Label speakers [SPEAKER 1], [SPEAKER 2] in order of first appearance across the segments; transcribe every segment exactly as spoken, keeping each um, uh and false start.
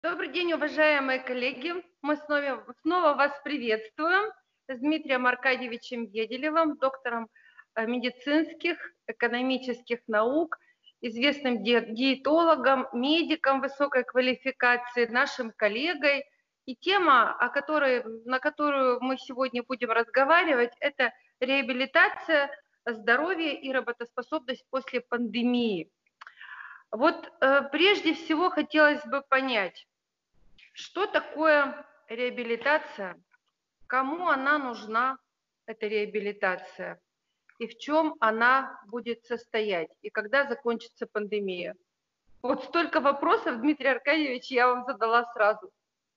[SPEAKER 1] Добрый день, уважаемые коллеги. Мы снова, снова вас приветствуем с Дмитрием Аркадьевичем Еделевым, доктором э, медицинских, экономических наук, известным ди- диетологом, медиком высокой квалификации, нашим коллегой. И тема, о которой, на которую мы сегодня будем разговаривать, это реабилитация, здоровье и работоспособность после пандемии. Вот э, прежде всего хотелось бы понять, что такое реабилитация, кому она нужна, эта реабилитация, и в чем она будет состоять, и когда закончится пандемия. Вот столько вопросов, Дмитрий Аркадьевич, я вам задала сразу.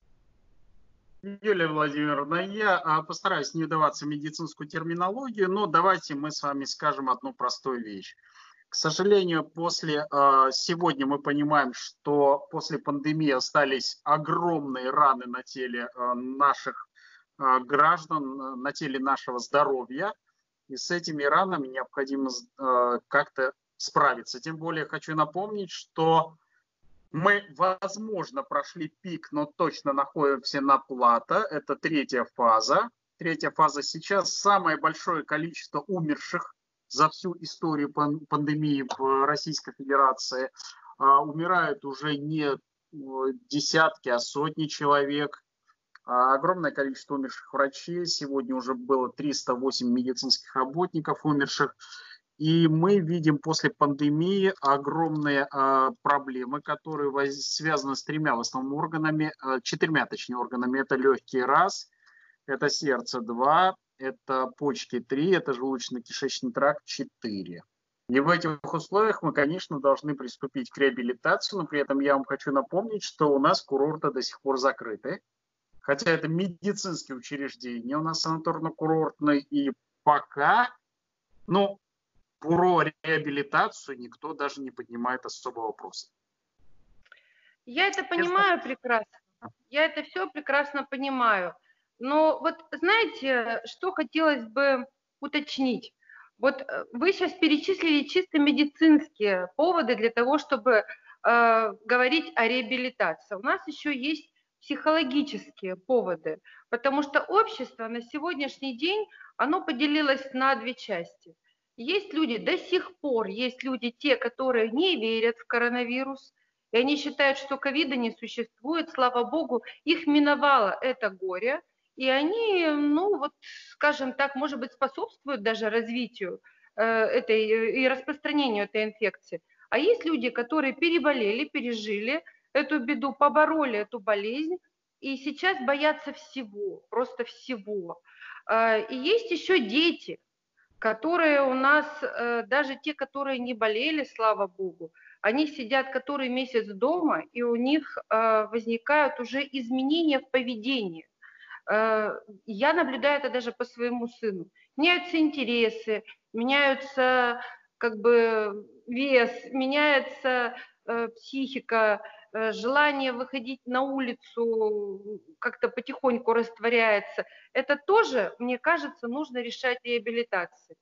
[SPEAKER 2] Юлия Владимировна, я а, постараюсь не вдаваться в медицинскую терминологию, но давайте мы с вами скажем одну простую вещь. К сожалению, после а, сегодня мы понимаем, что после пандемии остались огромные раны на теле а, наших а, граждан, на теле нашего здоровья, и с этими ранами необходимо а, как-то справиться. Тем более хочу напомнить, что мы, возможно, прошли пик, но точно находимся на плато. Это третья фаза. Третья фаза сейчас самое большое количество умерших за всю историю пандемии в Российской Федерации. Умирают уже не десятки, а сотни человек. Огромное количество умерших врачей. Сегодня уже было триста восемь медицинских работников умерших. И мы видим после пандемии огромные э, проблемы, которые воз... связаны с тремя в основном органами, э, четырьмя точнее органами. Это легкие раз, это сердце два, это почки три, это желудочно-кишечный тракт четыре. И в этих условиях мы, конечно, должны приступить к реабилитации, но при этом я вам хочу напомнить, что у нас курорты до сих пор закрыты. Хотя это медицинские учреждения у нас санаторно-курортные, и пока, ну, про реабилитацию никто даже не поднимает особого вопроса.
[SPEAKER 1] Я это понимаю прекрасно, я это все прекрасно понимаю. Но вот знаете, что хотелось бы уточнить? Вот э, вы сейчас перечислили чисто медицинские поводы для того, чтобы э, говорить о реабилитации. У нас еще есть психологические поводы, потому что общество на сегодняшний день, оно поделилось на две части. Есть люди до сих пор, есть люди те, которые не верят в коронавирус, и они считают, что ковида не существует, слава богу, их миновало это горе, и они, ну вот, скажем так, может быть, способствуют даже развитию э, этой и распространению этой инфекции. А есть люди, которые переболели, пережили эту беду, побороли эту болезнь, и сейчас боятся всего, просто всего. Э, и есть еще дети, которые у нас, э, даже те, которые не болели, слава богу, они сидят который месяц дома, и у них э, возникают уже изменения в поведении. Э, я наблюдаю это даже по своему сыну. Меняются интересы, меняются как бы вес, меняется э, психика, э, желание выходить на улицу как-то потихоньку растворяется. Это тоже, мне кажется, нужно решать реабилитацией.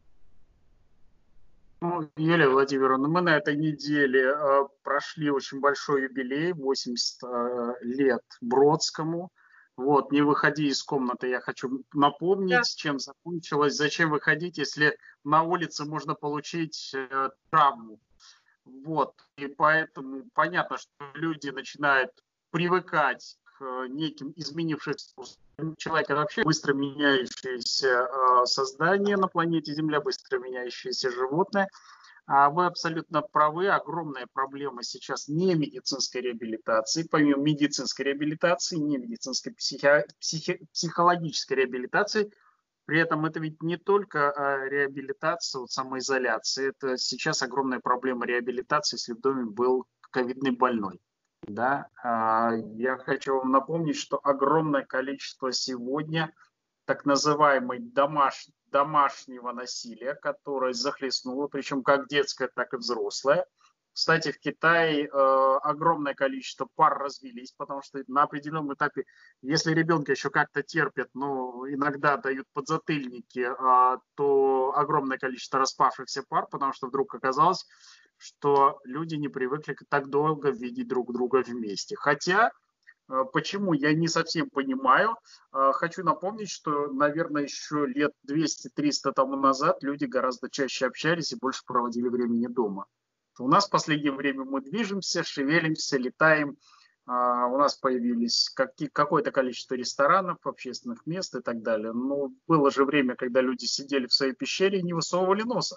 [SPEAKER 2] Ну, Юлия Владимировна, мы на этой неделе э, прошли очень большой юбилей, восемьдесят э, лет Бродскому. Вот, не выходи из комнаты, я хочу напомнить,
[SPEAKER 1] Да.
[SPEAKER 2] чем закончилось, зачем выходить, если на улице можно получить э, травму. Вот, и поэтому понятно, что люди начинают привыкать к неким изменившимся условиям. Человек — это вообще быстро меняющееся э, создание на планете Земля, быстро меняющееся животное. А вы абсолютно правы, огромная проблема сейчас не медицинской реабилитации, помимо медицинской реабилитации, не медицинской психи... Психи... психологической реабилитации. При этом это ведь не только а, реабилитация, вот самоизоляция, это сейчас огромная проблема реабилитации, если в доме был ковидный больной. Да? А, я хочу вам напомнить, что огромное количество сегодня так называемой домаш... домашнего насилия, которое захлестнуло, причем как детское, так и взрослое. Кстати, в Китае э, огромное количество пар развелись, потому что на определенном этапе, если ребенка еще как-то терпят, но иногда дают подзатыльники, э, то огромное количество распавшихся пар, потому что вдруг оказалось, что люди не привыкли так долго видеть друг друга вместе. Хотя, почему, я не совсем понимаю. Хочу напомнить, что, наверное, еще лет двести-триста тому назад люди гораздо чаще общались и больше проводили времени дома. У нас в последнее время мы движемся, шевелимся, летаем. У нас появились какое-то количество ресторанов, общественных мест и так далее. Но было же время, когда люди сидели в своей пещере и не высовывали носа.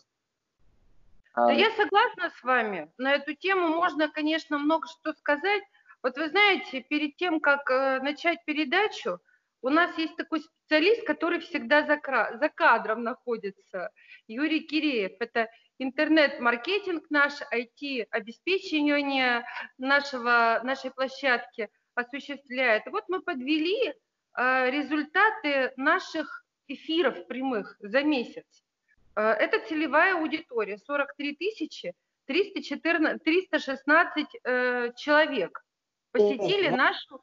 [SPEAKER 1] Да, я согласна с вами. На эту тему можно, конечно, много что сказать. Вот вы знаете, перед тем, как э, начать передачу, у нас есть такой специалист, который всегда за, за кадром находится. Юрий Киреев. Это интернет-маркетинг наш, ай ти-обеспечение нашего, нашей площадки осуществляет. И вот мы подвели э, результаты наших эфиров прямых за месяц. Это целевая аудитория, сорок три тысячи триста шестнадцать э, человек посетили нашу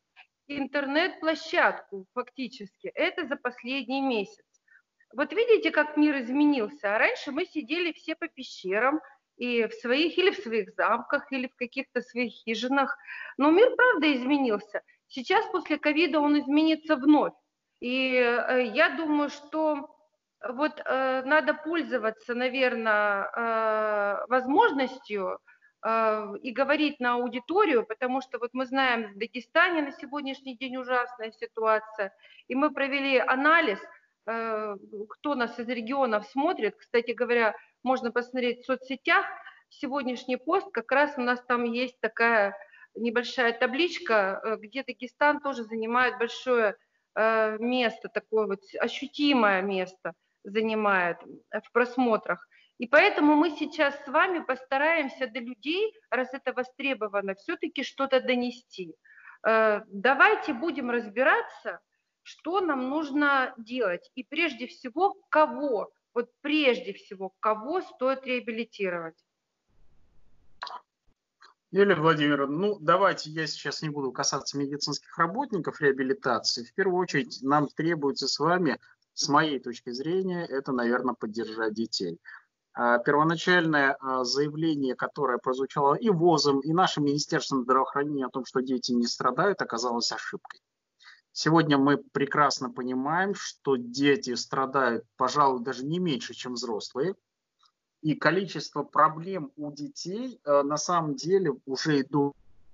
[SPEAKER 1] интернет-площадку фактически. Это за последний месяц. Вот видите, как мир изменился. А раньше мы сидели все по пещерам, и в своих, или в своих замках, или в каких-то своих хижинах. Но мир, правда, изменился. Сейчас после ковида он изменится вновь. И э, я думаю, что вот э, надо пользоваться, наверное, э, возможностью э, и говорить на аудиторию, потому что вот мы знаем, в Дагестане на сегодняшний день ужасная ситуация, и мы провели анализ, э, кто нас из регионов смотрит. Кстати говоря, можно посмотреть в соцсетях, сегодняшний пост, как раз у нас там есть такая небольшая табличка, где Дагестан тоже занимает большое э, место, такое вот ощутимое место занимает в просмотрах. И поэтому мы сейчас с вами постараемся до людей, раз это востребовано, все-таки что-то донести. Давайте будем разбираться, что нам нужно делать. И прежде всего, кого, вот прежде всего, кого стоит реабилитировать.
[SPEAKER 2] Юлия Владимировна, ну давайте я сейчас не буду касаться медицинских работников реабилитации. В первую очередь нам требуется с вами, с моей точки зрения, это, наверное, поддержать детей. Первоначальное заявление, которое прозвучало и ВОЗом, и нашим Министерством здравоохранения о том, что дети не страдают, оказалось ошибкой. Сегодня мы прекрасно понимаем, что дети страдают, пожалуй, даже не меньше, чем взрослые. И количество проблем у детей на самом деле уже идут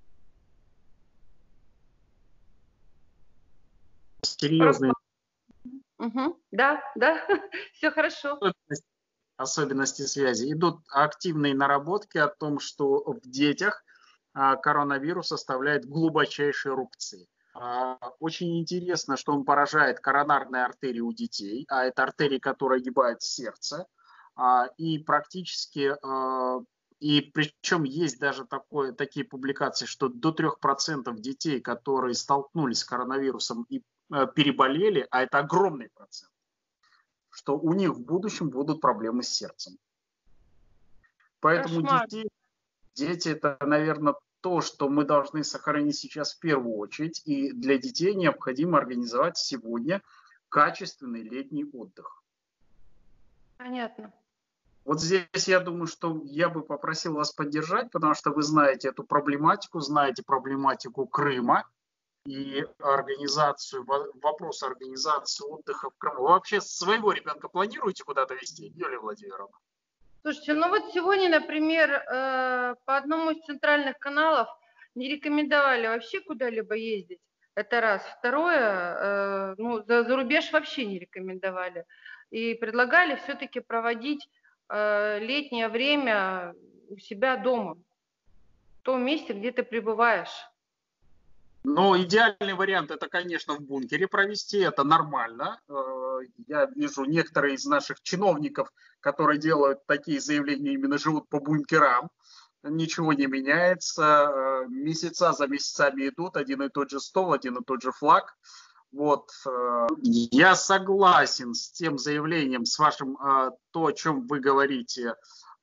[SPEAKER 2] серьезные.
[SPEAKER 1] Угу. Да, да, все хорошо.
[SPEAKER 2] Особенности связи. Идут активные наработки о том, что в детях коронавирус оставляет глубочайшие рубцы. Очень интересно, что он поражает коронарные артерии у детей, а это артерии, которые огибают сердце. И практически, и причем есть даже такое, такие публикации, что до трёх процентов детей, которые столкнулись с коронавирусом и переболели, а это огромный процент, что у них в будущем будут проблемы с сердцем. Поэтому дети, дети это, наверное, то, что мы должны сохранить сейчас в первую очередь. И для детей необходимо организовать сегодня качественный летний отдых.
[SPEAKER 1] Понятно.
[SPEAKER 2] Вот здесь я думаю, что я бы попросил вас поддержать, потому что вы знаете эту проблематику, знаете проблематику Крыма и организацию, вопрос организации отдыха в Крыму. Вы вообще своего ребенка планируете куда-то везти, Юлия Владимировна?
[SPEAKER 1] Слушайте, ну вот сегодня, например, по одному из центральных каналов не рекомендовали вообще куда-либо ездить. Это раз. Второе, ну, за, за рубеж вообще не рекомендовали. И предлагали все-таки проводить летнее время у себя дома, в том месте, где ты пребываешь.
[SPEAKER 2] Ну, идеальный вариант это, конечно, в бункере провести, это нормально. Я вижу некоторые из наших чиновников, которые делают такие заявления, именно живут по бункерам. Ничего не меняется, месяца за месяцами идут, один и тот же стол, один и тот же флаг. Вот. Я согласен с тем заявлением, с вашим, то, о чем вы говорите,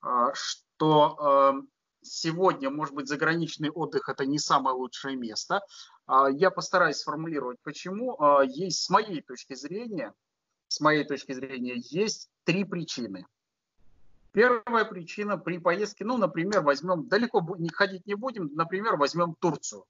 [SPEAKER 2] что сегодня, может быть, заграничный отдых – это не самое лучшее место. Я постараюсь сформулировать, почему. Есть, с моей точки зрения, с моей точки зрения, есть три причины. Первая причина при поездке, ну, например, возьмем, далеко не ходить не будем, например, возьмем Турцию.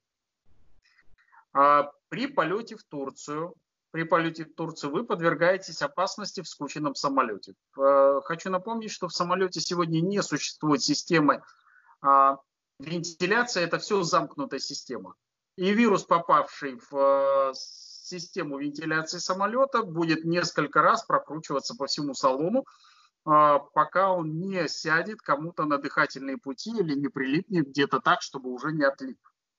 [SPEAKER 2] При полете в Турцию, при полете в Турцию вы подвергаетесь опасности в скученном самолете. Хочу напомнить, что в самолете сегодня не существует системы вентиляции, это все замкнутая система. И вирус, попавший в систему вентиляции самолета, будет несколько раз прокручиваться по всему салону, пока он не сядет кому-то на дыхательные пути или не прилипнет где-то так, чтобы уже не отлип.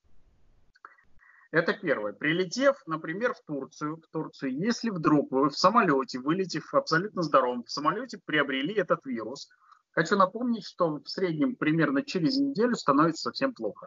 [SPEAKER 2] Это первое. Прилетев, например, в Турцию, в Турцию, если вдруг вы в самолете, вылетев абсолютно здоровым, в самолете приобрели этот вирус, хочу напомнить, что в среднем примерно через неделю становится совсем плохо.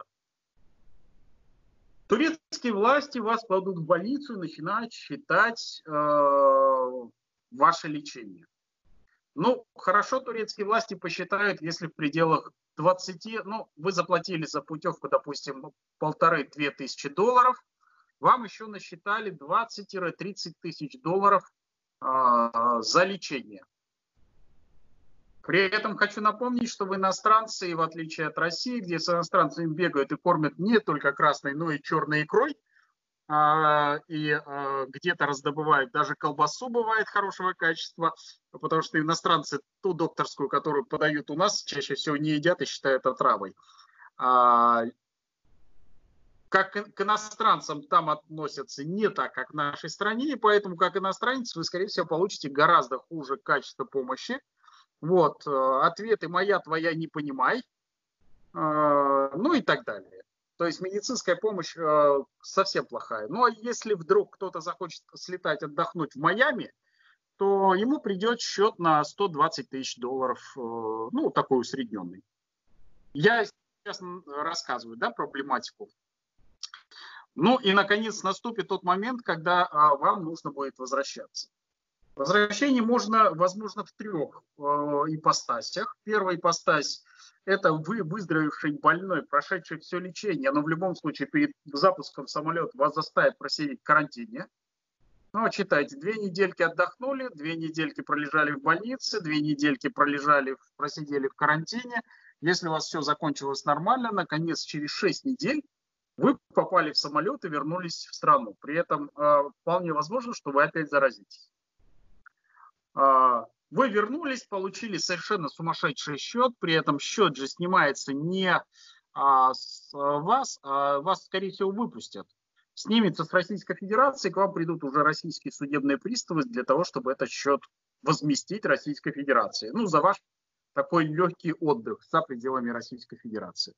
[SPEAKER 2] Турецкие власти вас кладут в больницу и начинают считать э, ваше лечение. Ну, хорошо, турецкие власти посчитают, если в пределах двадцати, ну, вы заплатили за путевку, допустим, полторы-две тысячи долларов, вам еще насчитали двадцать-тридцать тысяч долларов э, за лечение. При этом хочу напомнить, что в иностранцы, в отличие от России, где с иностранцами бегают и кормят не только красной, но и черной икрой, и где-то раздобывают даже колбасу, бывает хорошего качества, потому что иностранцы ту докторскую, которую подают у нас, чаще всего не едят и считают отравой. Как к иностранцам там относятся не так, как в нашей стране, и поэтому как иностранец вы, скорее всего, получите гораздо хуже качество помощи. Вот, ответы «моя, твоя, не понимай», ну и так далее. То есть медицинская помощь э, совсем плохая. Ну а если вдруг кто-то захочет слетать отдохнуть в Майами, то ему придет счет на сто двадцать тысяч долларов, э, ну такой усредненный. Я сейчас рассказываю, да, проблематику. Ну и наконец наступит тот момент, когда э, вам нужно будет возвращаться. Возвращение можно, возможно, в трех э, ипостасях. Первая ипостась – это вы, выздоровевший больной, прошедший все лечение, но в любом случае перед запуском самолета вас заставят просидеть в карантине. Ну, читайте, две недельки отдохнули, две недельки пролежали в больнице, две недельки пролежали, просидели в карантине. Если у вас все закончилось нормально, наконец, через шесть недель вы попали в самолет и вернулись в страну. При этом э, вполне возможно, что вы опять заразитесь. Э, Вы вернулись, получили совершенно сумасшедший счет, при этом счет же снимается не а, с вас, а вас, скорее всего, выпустят. Снимется с Российской Федерации, к вам придут уже российские судебные приставы для того, чтобы этот счет возместить Российской Федерации. Ну, за ваш такой легкий отдых за пределами Российской Федерации.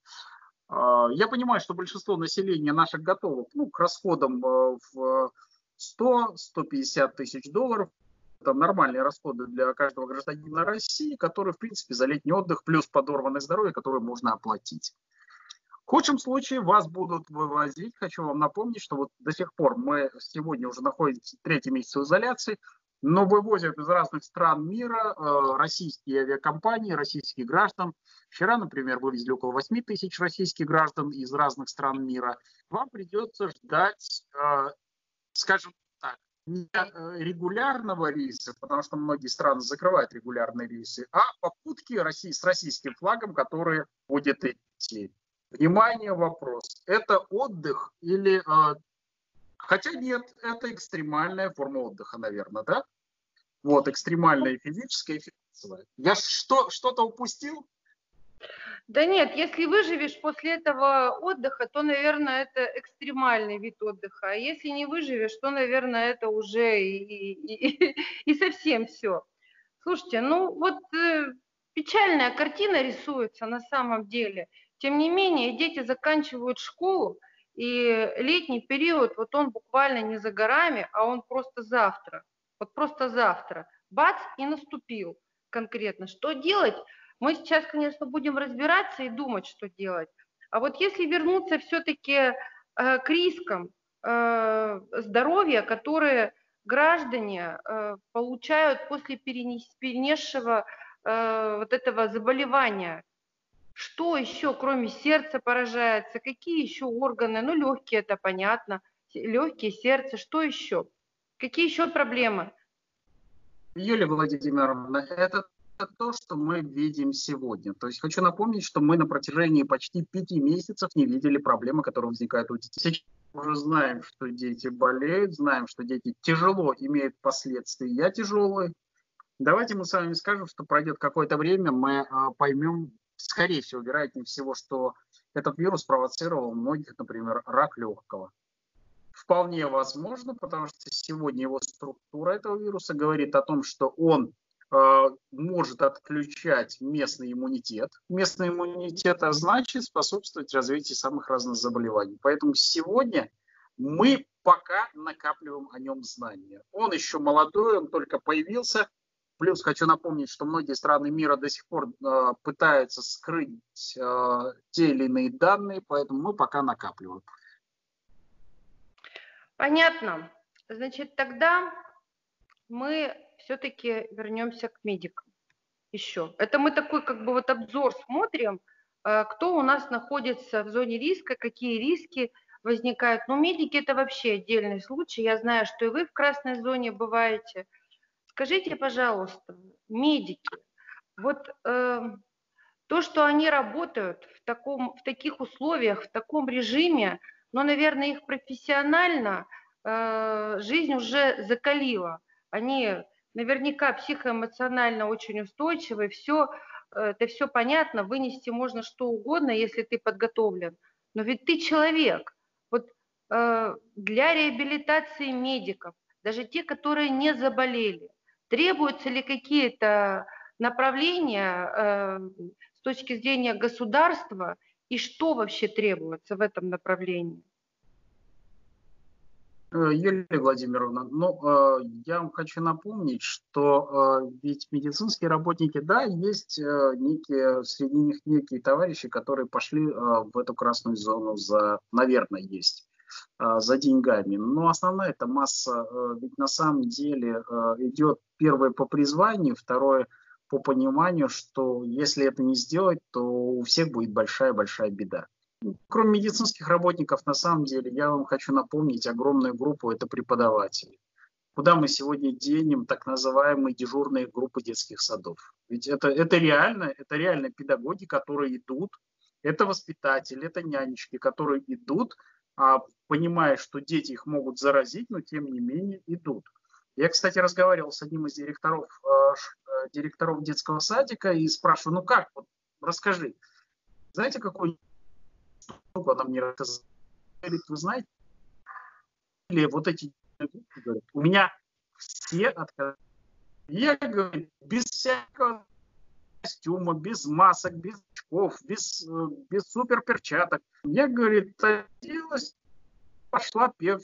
[SPEAKER 2] Я понимаю, что большинство населения наших готово, ну, к расходам в сто — сто пятьдесят тысяч долларов. Это нормальные расходы для каждого гражданина России, который, в принципе, за летний отдых плюс подорванное здоровье, которое можно оплатить. В худшем случае вас будут вывозить. Хочу вам напомнить, что вот до сих пор мы сегодня уже находимся в третьем месяце в изоляции, но вывозят из разных стран мира э, российские авиакомпании, российских граждан. Вчера, например, вывезли около восьми тысяч российских граждан из разных стран мира. Вам придется ждать, э, скажем, не регулярного рейса, потому что многие страны закрывают регулярные рейсы, а попутки России с российским флагом, которые будет идти. Внимание, вопрос. Это отдых или... Хотя нет, это экстремальная форма отдыха, наверное, да? Вот, экстремальная физическая и финансовая. Я что, что-то упустил?
[SPEAKER 1] Да нет, если выживешь после этого отдыха, то, наверное, это экстремальный вид отдыха. А если не выживешь, то, наверное, это уже и, и, и совсем все. Слушайте, ну вот э, печальная картина рисуется на самом деле. Тем не менее, дети заканчивают школу, и летний период, вот он буквально не за горами, а он просто завтра. Вот просто завтра. Бац, и наступил конкретно. Что делать? Мы сейчас, конечно, будем разбираться и думать, что делать. А вот если вернуться все-таки э, к рискам э, здоровья, которые граждане э, получают после перенес, перенесшего э, вот этого заболевания, что еще, кроме сердца, поражается, какие еще органы, ну, легкие, это понятно, легкие, сердце, что еще? Какие еще проблемы?
[SPEAKER 2] Юлия Владимировна, это то, что мы видим сегодня. То есть хочу напомнить, что мы на протяжении почти пяти месяцев не видели проблемы, которые возникают у детей. Сейчас мы уже знаем, что дети болеют, знаем, что дети тяжело имеют последствия тяжелые. Давайте мы с вами скажем, что пройдет какое-то время, мы а, поймем, скорее всего, вероятнее всего, что этот вирус провоцировал у многих, например, рак легкого. Вполне возможно, потому что сегодня его структура этого вируса говорит о том, что он э, может отключать местный иммунитет. Местный иммунитет, а значит способствовать развитию самых разных заболеваний. Поэтому сегодня мы пока накапливаем о нем знания. Он еще молодой, он только появился. Плюс хочу напомнить, что многие страны мира до сих пор э, пытаются скрыть э, те или иные данные, поэтому мы пока накапливаем.
[SPEAKER 1] Понятно. Значит, тогда мы все-таки вернемся к медикам еще. Это мы такой как бы вот обзор смотрим, кто у нас находится в зоне риска, какие риски возникают. Но медики это вообще отдельный случай. Я знаю, что и вы в красной зоне бываете. Скажите, пожалуйста, медики, вот э, то, что они работают в, таком, в таких условиях, в таком режиме, но, наверное, их профессионально э, жизнь уже закалила. Они наверняка психоэмоционально очень устойчивы, все, это все понятно, вынести можно что угодно, если ты подготовлен. Но ведь ты человек. Вот э, для реабилитации медиков, даже те, которые не заболели, требуются ли какие-то направления э, с точки зрения государства и что вообще требуется в этом направлении?
[SPEAKER 2] Юлия Владимировна, ну, я вам хочу напомнить, что ведь медицинские работники, да, есть некие, среди них некие товарищи, которые пошли в эту красную зону за, наверное, есть, за деньгами. Но основная эта масса, ведь на самом деле идет первое по призванию, второе по пониманию, что если это не сделать, то у всех будет большая-большая беда. Кроме медицинских работников, на самом деле, я вам хочу напомнить огромную группу, это преподаватели. Куда мы сегодня денем так называемые дежурные группы детских садов? Ведь это, это реально, это реально педагоги, которые идут, это воспитатели, это нянечки, которые идут, а, понимая, что дети их могут заразить, но тем не менее идут. Я, кстати, разговаривал с одним из директоров, э, директоров детского садика и спрашиваю, ну как, вот, расскажи, знаете, какой она мне рассказала, вы знаете, или вот эти, говорит, у меня все отказали. Я говорю, без всякого костюма, без масок, без очков, без, без супер перчаток. Я, говорит, оделась, пошла пев.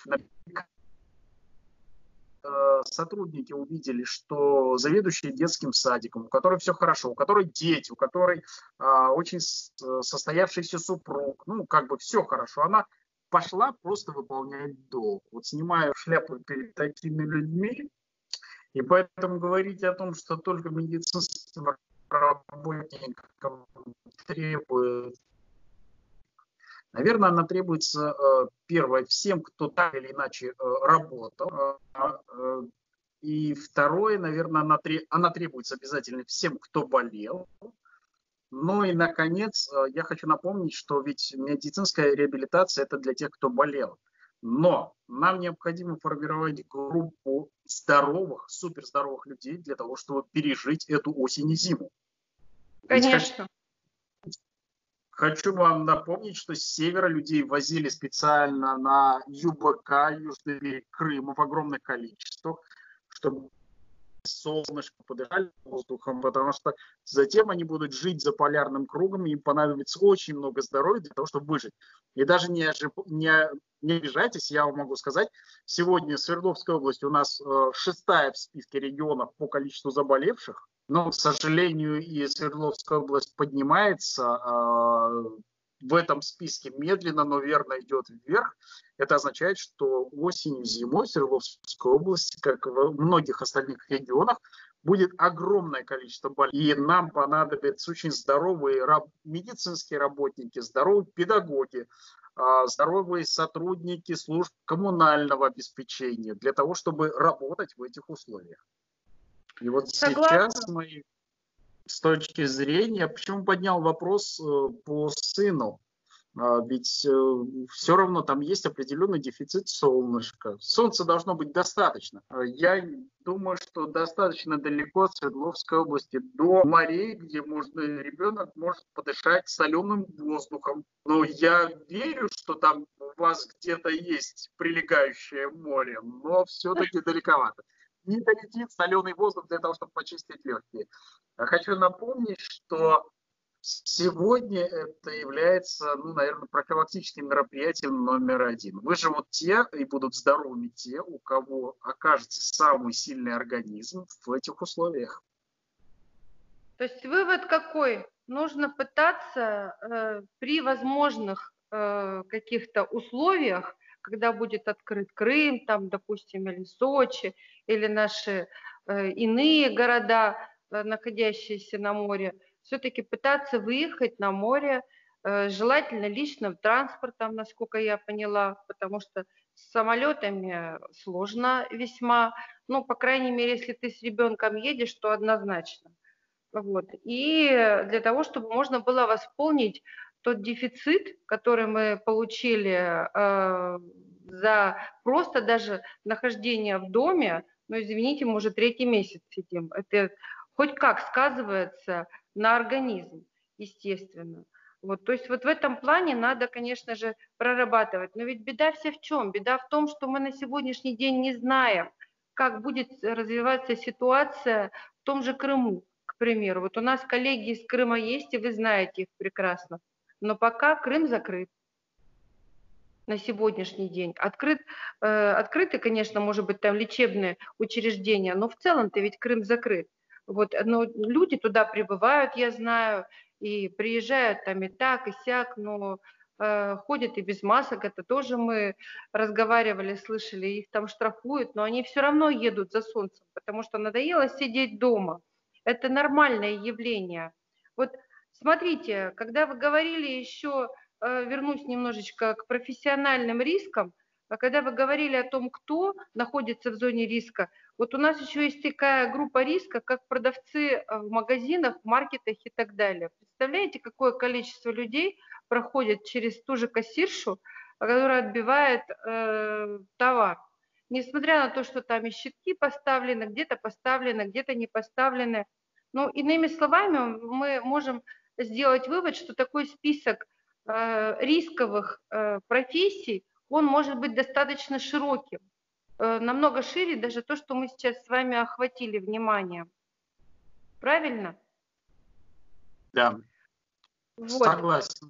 [SPEAKER 2] Сотрудники увидели, что заведующие детским садиком, у которой все хорошо, у которой дети, у которой а, очень состоявшийся супруг, ну, как бы все хорошо, она пошла просто выполнять долг. Вот снимаю шляпу перед такими людьми, и поэтому говорить о том, что только медицинским работникам требует, наверное, она требуется, первое, всем, кто так или иначе работал. И второе, наверное, она, она требуется обязательно всем, кто болел. Ну и, наконец, я хочу напомнить, что ведь медицинская реабилитация – это для тех, кто болел. Но нам необходимо формировать группу здоровых, суперздоровых людей для того, чтобы пережить эту осень и зиму.
[SPEAKER 1] Конечно.
[SPEAKER 2] Хочу вам напомнить, что с севера людей возили специально на ЮБК, Южный берег Крыма в огромных количествах, чтобы солнышко подышали воздухом, потому что затем они будут жить за полярным кругом, и им понадобится очень много здоровья для того, чтобы выжить. И даже не, не, не обижайтесь, я вам могу сказать, сегодня в Свердловской области у нас э, шестая в списке регионов по количеству заболевших, но, к сожалению, и Свердловская область поднимается э, в этом списке медленно, но верно идет вверх. Это означает, что осенью, зимой в Свердловской области, как в многих остальных регионах, будет огромное количество болезней. И нам понадобятся очень здоровые раб- медицинские работники, здоровые педагоги, э, здоровые сотрудники служб коммунального обеспечения для того, чтобы работать в этих условиях. И вот
[SPEAKER 1] Согласна.
[SPEAKER 2] сейчас мы... с точки зрения, почему поднял вопрос э, по сыну? А, Ведь э, все равно там есть определенный дефицит солнышка. Солнца должно быть достаточно. А Я думаю, что достаточно далеко от Свердловской области до морей, где можно, ребенок может подышать соленым воздухом. Но я верю, что там у вас где-то есть прилегающее море, но все-таки далековато. Не долетит соленый воздух для того, чтобы почистить легкие. А Хочу напомнить, что сегодня это является, ну, наверное, профилактическим мероприятием номер один. Выживут те и будут здоровыми те, у кого окажется самый сильный организм в этих условиях.
[SPEAKER 1] То есть вывод какой? Нужно пытаться э, при возможных э, каких-то условиях, когда будет открыт Крым, там, допустим, или Сочи, или наши э, иные города, э, находящиеся на море, все-таки пытаться выехать на море, э, желательно личным транспортом, насколько я поняла, потому что с самолетами сложно весьма. Ну, по крайней мере, если ты с ребенком едешь, то однозначно. Вот. И для того, чтобы можно было восполнить тот дефицит, который мы получили э, за просто даже нахождение в доме, ну, извините, мы уже третий месяц сидим, это хоть как сказывается на организм, естественно. Вот, то есть вот в этом плане надо, конечно же, прорабатывать. Но ведь беда вся в чем? Беда в том, что мы на сегодняшний день не знаем, как будет развиваться ситуация в том же Крыму, к примеру. Вот у нас коллеги из Крыма есть, и вы знаете их прекрасно. Но пока Крым закрыт на сегодняшний день. Открыт, э, открыты, конечно, может быть, там лечебные учреждения, но в целом-то ведь Крым закрыт. Вот, но люди туда прибывают, я знаю, и приезжают там и так, и сяк, но э, ходят и без масок, это тоже мы разговаривали, слышали, их там штрафуют, но они все равно едут за солнцем, потому что надоело сидеть дома. Это нормальное явление. Вот смотрите, когда вы говорили еще, э, вернусь немножечко к профессиональным рискам, а когда вы говорили о том, кто находится в зоне риска, вот у нас еще есть такая группа риска, как продавцы э, в магазинах, в маркетах и так далее. Представляете, какое количество людей проходит через ту же кассиршу, которая отбивает э, товар. Несмотря на то, что там и щитки поставлены, где-то поставлены, где-то не поставлены. Ну, иными словами, мы можем сделать вывод, что такой список э, рисковых э, профессий, он может быть достаточно широким, э, намного шире даже то, что мы сейчас с вами охватили вниманием. Правильно?
[SPEAKER 2] Да,
[SPEAKER 1] Вот.
[SPEAKER 2] согласен.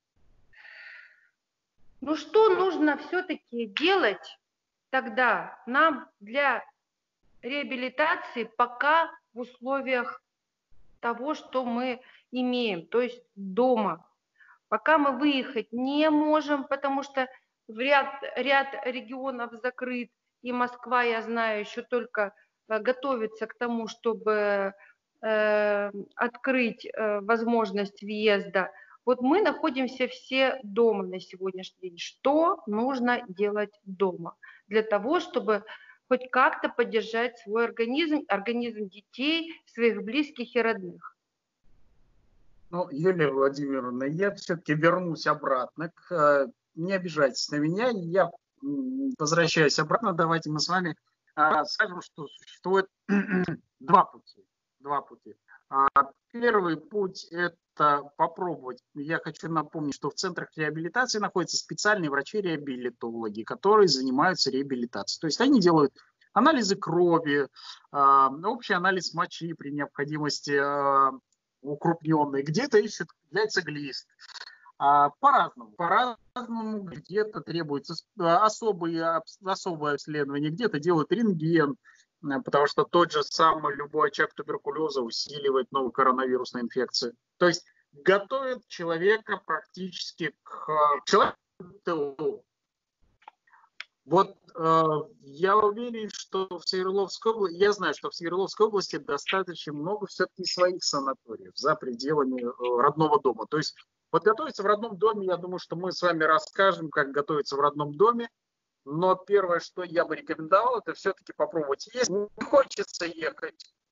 [SPEAKER 1] Ну что нужно все-таки делать тогда нам для реабилитации пока в условиях того, что мы имеем, то есть дома? Пока мы выехать не можем, потому что в ряд, ряд регионов закрыт, и Москва, я знаю, еще только э, готовится к тому, чтобы э, открыть э, возможность въезда. Вот мы находимся все дома на сегодняшний день. Что нужно делать дома для того, чтобы хоть как-то поддержать свой организм, организм детей, своих близких и родных?
[SPEAKER 2] Ну, Юлия Владимировна, я все-таки вернусь обратно. К, э, не обижайтесь на меня, я м, возвращаюсь обратно. Давайте мы с вами а, скажем, что существует два пути. Два пути. А, Первый путь – это попробовать. Я хочу напомнить, что в центрах реабилитации находятся специальные врачи-реабилитологи, которые занимаются реабилитацией. То есть они делают анализы крови, а, общий анализ мочи при необходимости, а, укрупненный, где-то ищут яйцеглист. А, по-разному. По-разному. Где-то требуется особые, особое обследование, где-то делают рентген, потому что тот же самый любой очаг туберкулеза усиливает новую коронавирусную инфекцию. То есть готовят человека практически к человеку. Вот э, я уверен, что в Свердловской области, я знаю, что в Свердловской области достаточно много все-таки своих санаториев за пределами э, родного дома. То есть вот готовиться в родном доме, я думаю, что мы с вами расскажем, как готовиться в родном доме. Но первое, что я бы рекомендовал, это все-таки попробовать. Если не хочется ехать в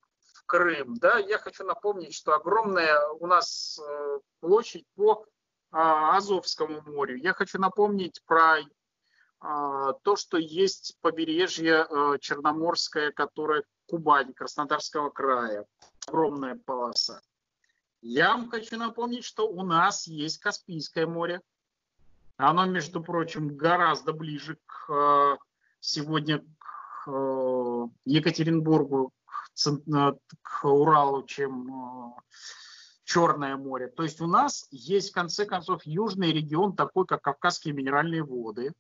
[SPEAKER 2] Крым. Да, я хочу напомнить, что огромная у нас площадь по Азовскому морю. Я хочу напомнить про то, что есть побережье Черноморское, которое Кубань, Краснодарского края. Огромная полоса. Я вам хочу напомнить, что у нас есть Каспийское море. Оно, между прочим, гораздо ближе к сегодня к Екатеринбургу, к, к Уралу, чем Черное море. То есть у нас есть, в конце концов, южный регион, такой как Кавказские минеральные воды.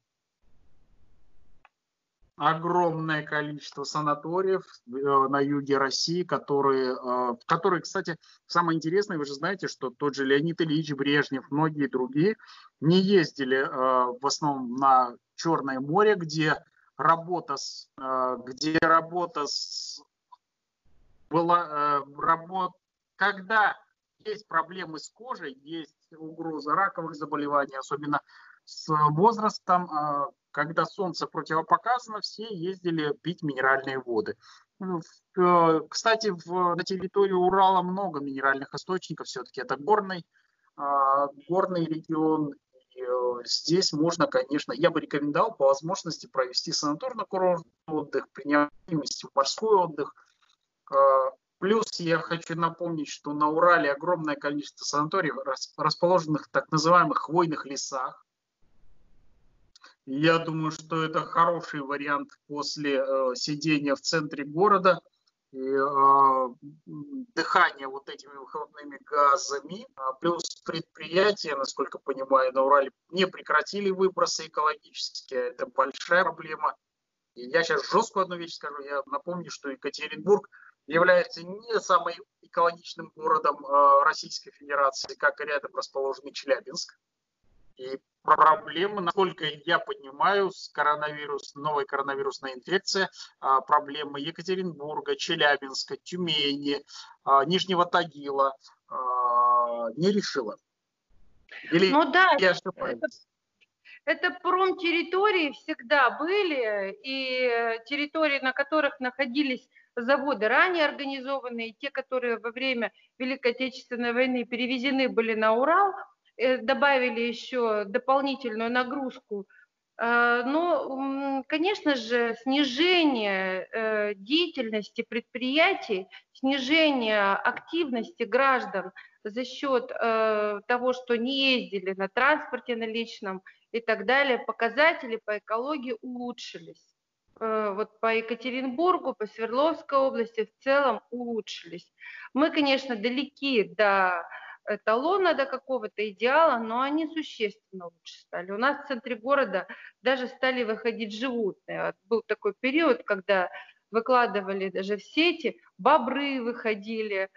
[SPEAKER 2] Огромное количество санаториев на юге России, которые, которые, кстати, самое интересное, вы же знаете, что тот же Леонид Ильич Брежнев, многие другие не ездили в основном на Черное море, где работа с, где работа с, была, работа, когда есть проблемы с кожей, есть угроза раковых заболеваний, особенно с возрастом, когда солнце противопоказано, все ездили пить минеральные воды. Кстати, в, на территории Урала много минеральных источников, все-таки это горный, горный регион. И здесь можно, конечно, я бы рекомендовал по возможности провести санаторно-курортный отдых, при необходимости морской отдых. Плюс я хочу напомнить, что на Урале огромное количество санаториев, расположенных в так называемых хвойных лесах. Я думаю, что это хороший вариант после э, сидения в центре города и э, дыхания вот этими выхлопными газами. А плюс предприятия, насколько понимаю, на Урале не прекратили выбросы экологические. Это большая проблема. И я сейчас жесткую одну вещь скажу. Я напомню, что Екатеринбург является не самым экологичным городом э, Российской Федерации, как и рядом расположенный Челябинск. И проблемы, насколько я понимаю, с коронавирус, новой коронавирусной инфекцией, проблемы Екатеринбурга, Челябинска, Тюмени, Нижнего Тагила не решила. Или
[SPEAKER 1] ну да,
[SPEAKER 2] я ошибаюсь?
[SPEAKER 1] Это, это промтерритории всегда были, и территории, на которых находились заводы ранее организованные, те, которые во время Великой Отечественной войны перевезены были на Урал, добавили еще дополнительную нагрузку. Но, конечно же, снижение деятельности предприятий, снижение активности граждан за счет того, что не ездили на транспорте на личном и так далее, показатели по экологии улучшились. Вот по Екатеринбургу, по Свердловской области в целом улучшились. Мы, конечно, далеки до эталона, до какого-то идеала, но они существенно лучше стали. У нас в центре города даже стали выходить животные. Был такой период, когда выкладывали даже в сети, бобры выходили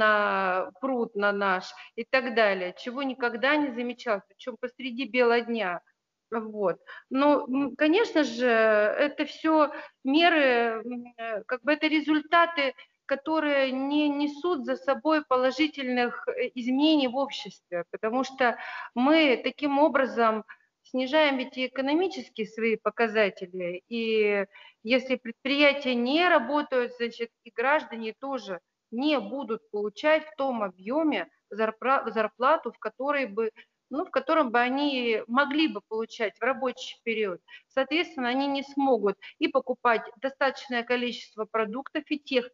[SPEAKER 1] на пруд на наш и так далее, чего никогда не замечалось, причем посреди бела дня. Вот. Но, конечно же, это все меры, как бы это результаты, которые не несут за собой положительных изменений в обществе, потому что мы таким образом снижаем ведь и экономические свои показатели, и если предприятия не работают, значит и граждане тоже не будут получать в том объеме зарплату, в которой бы ну, в котором бы они могли бы получать в рабочий период. Соответственно, они не смогут и покупать достаточное количество продуктов и тех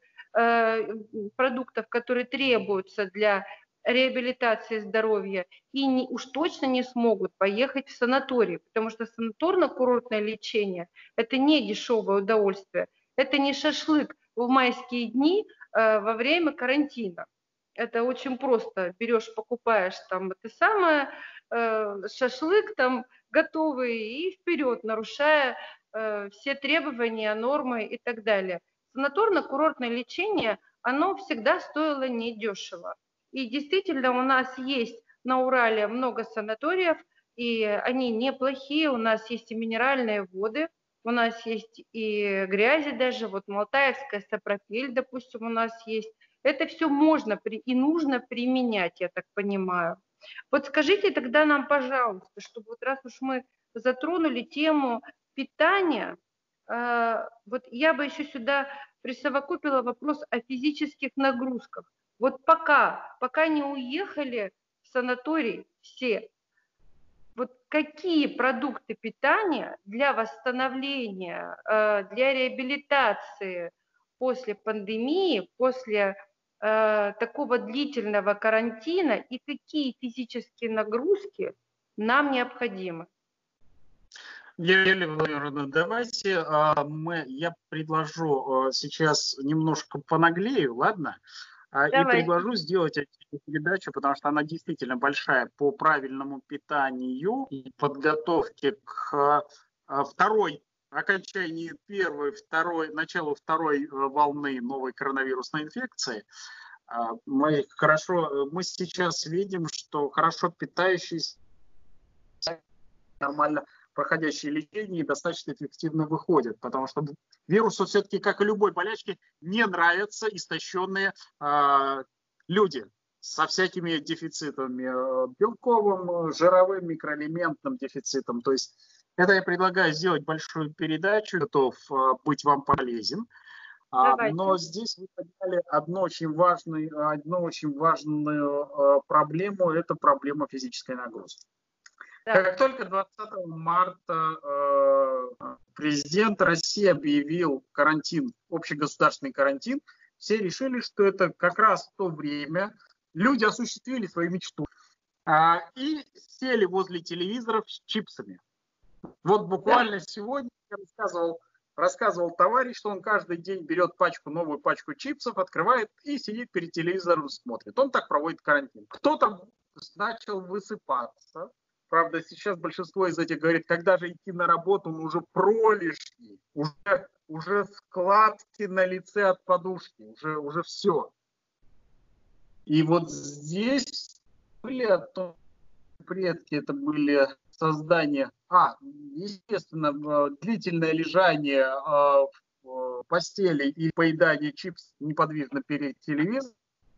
[SPEAKER 1] э, продуктов, которые требуются для реабилитации здоровья, и не, уж точно не смогут поехать в санаторий, потому что санаторно-курортное лечение – это не дешевое удовольствие, это не шашлык в майские дни э, во время карантина. Это очень просто. Берешь, покупаешь там это самое, э, шашлык там готовый и вперед, нарушая э, все требования, нормы и так далее. Санаторно-курортное лечение, оно всегда стоило недешево. И действительно у нас есть на Урале много санаториев, и они неплохие. У нас есть и минеральные воды, у нас есть и грязи даже. Вот Малтаевская Сапропель, допустим, у нас есть. Это все можно и нужно применять, я так понимаю. Вот скажите тогда нам, пожалуйста, чтобы вот раз уж мы затронули тему питания, э, вот я бы еще сюда присовокупила вопрос о физических нагрузках. Вот пока, пока не уехали в санаторий все, вот какие продукты питания для восстановления, э, для реабилитации после пандемии, после э, такого длительного карантина и какие физические нагрузки нам необходимы?
[SPEAKER 2] Елена Владимировна, давайте а, мы, я предложу а, сейчас немножко понаглею, ладно? А, и
[SPEAKER 1] Давайте.
[SPEAKER 2] предложу сделать отдельную передачу, потому что она действительно большая по правильному питанию и подготовке к а, второй, окончании первой, второй, началу второй а, волны новой коронавирусной инфекции. А, мы хорошо, мы сейчас видим, что хорошо питающиеся нормально проходящие лечение достаточно эффективно выходят, потому что вирусу все-таки, как и любой болячке, не нравятся истощенные э, люди со всякими дефицитами, э, белковым, жировым, микроэлементным дефицитом. То есть это я предлагаю сделать большую передачу, готов э, быть вам полезен. А, но здесь вы подняли одну очень важную, одну очень важную э, проблему, это проблема физической нагрузки. Да. Как только двадцатого марта э, президент России объявил карантин, общегосударственный карантин, все решили, что это как раз то время люди осуществили свою мечту э, и сели возле телевизоров с чипсами. Вот буквально да. сегодня я рассказывал, рассказывал товарищ, что он каждый день берет пачку, новую пачку чипсов, открывает и сидит перед телевизором, смотрит. Он так проводит карантин. Кто-то начал высыпаться. Правда, сейчас большинство из этих говорит, когда же идти на работу, он уже пролежни, уже, уже складки на лице от подушки, уже, уже все. И вот здесь были о том, предки, это были создания, а, естественно, длительное лежание в постели и поедание чипсов неподвижно перед телевизором.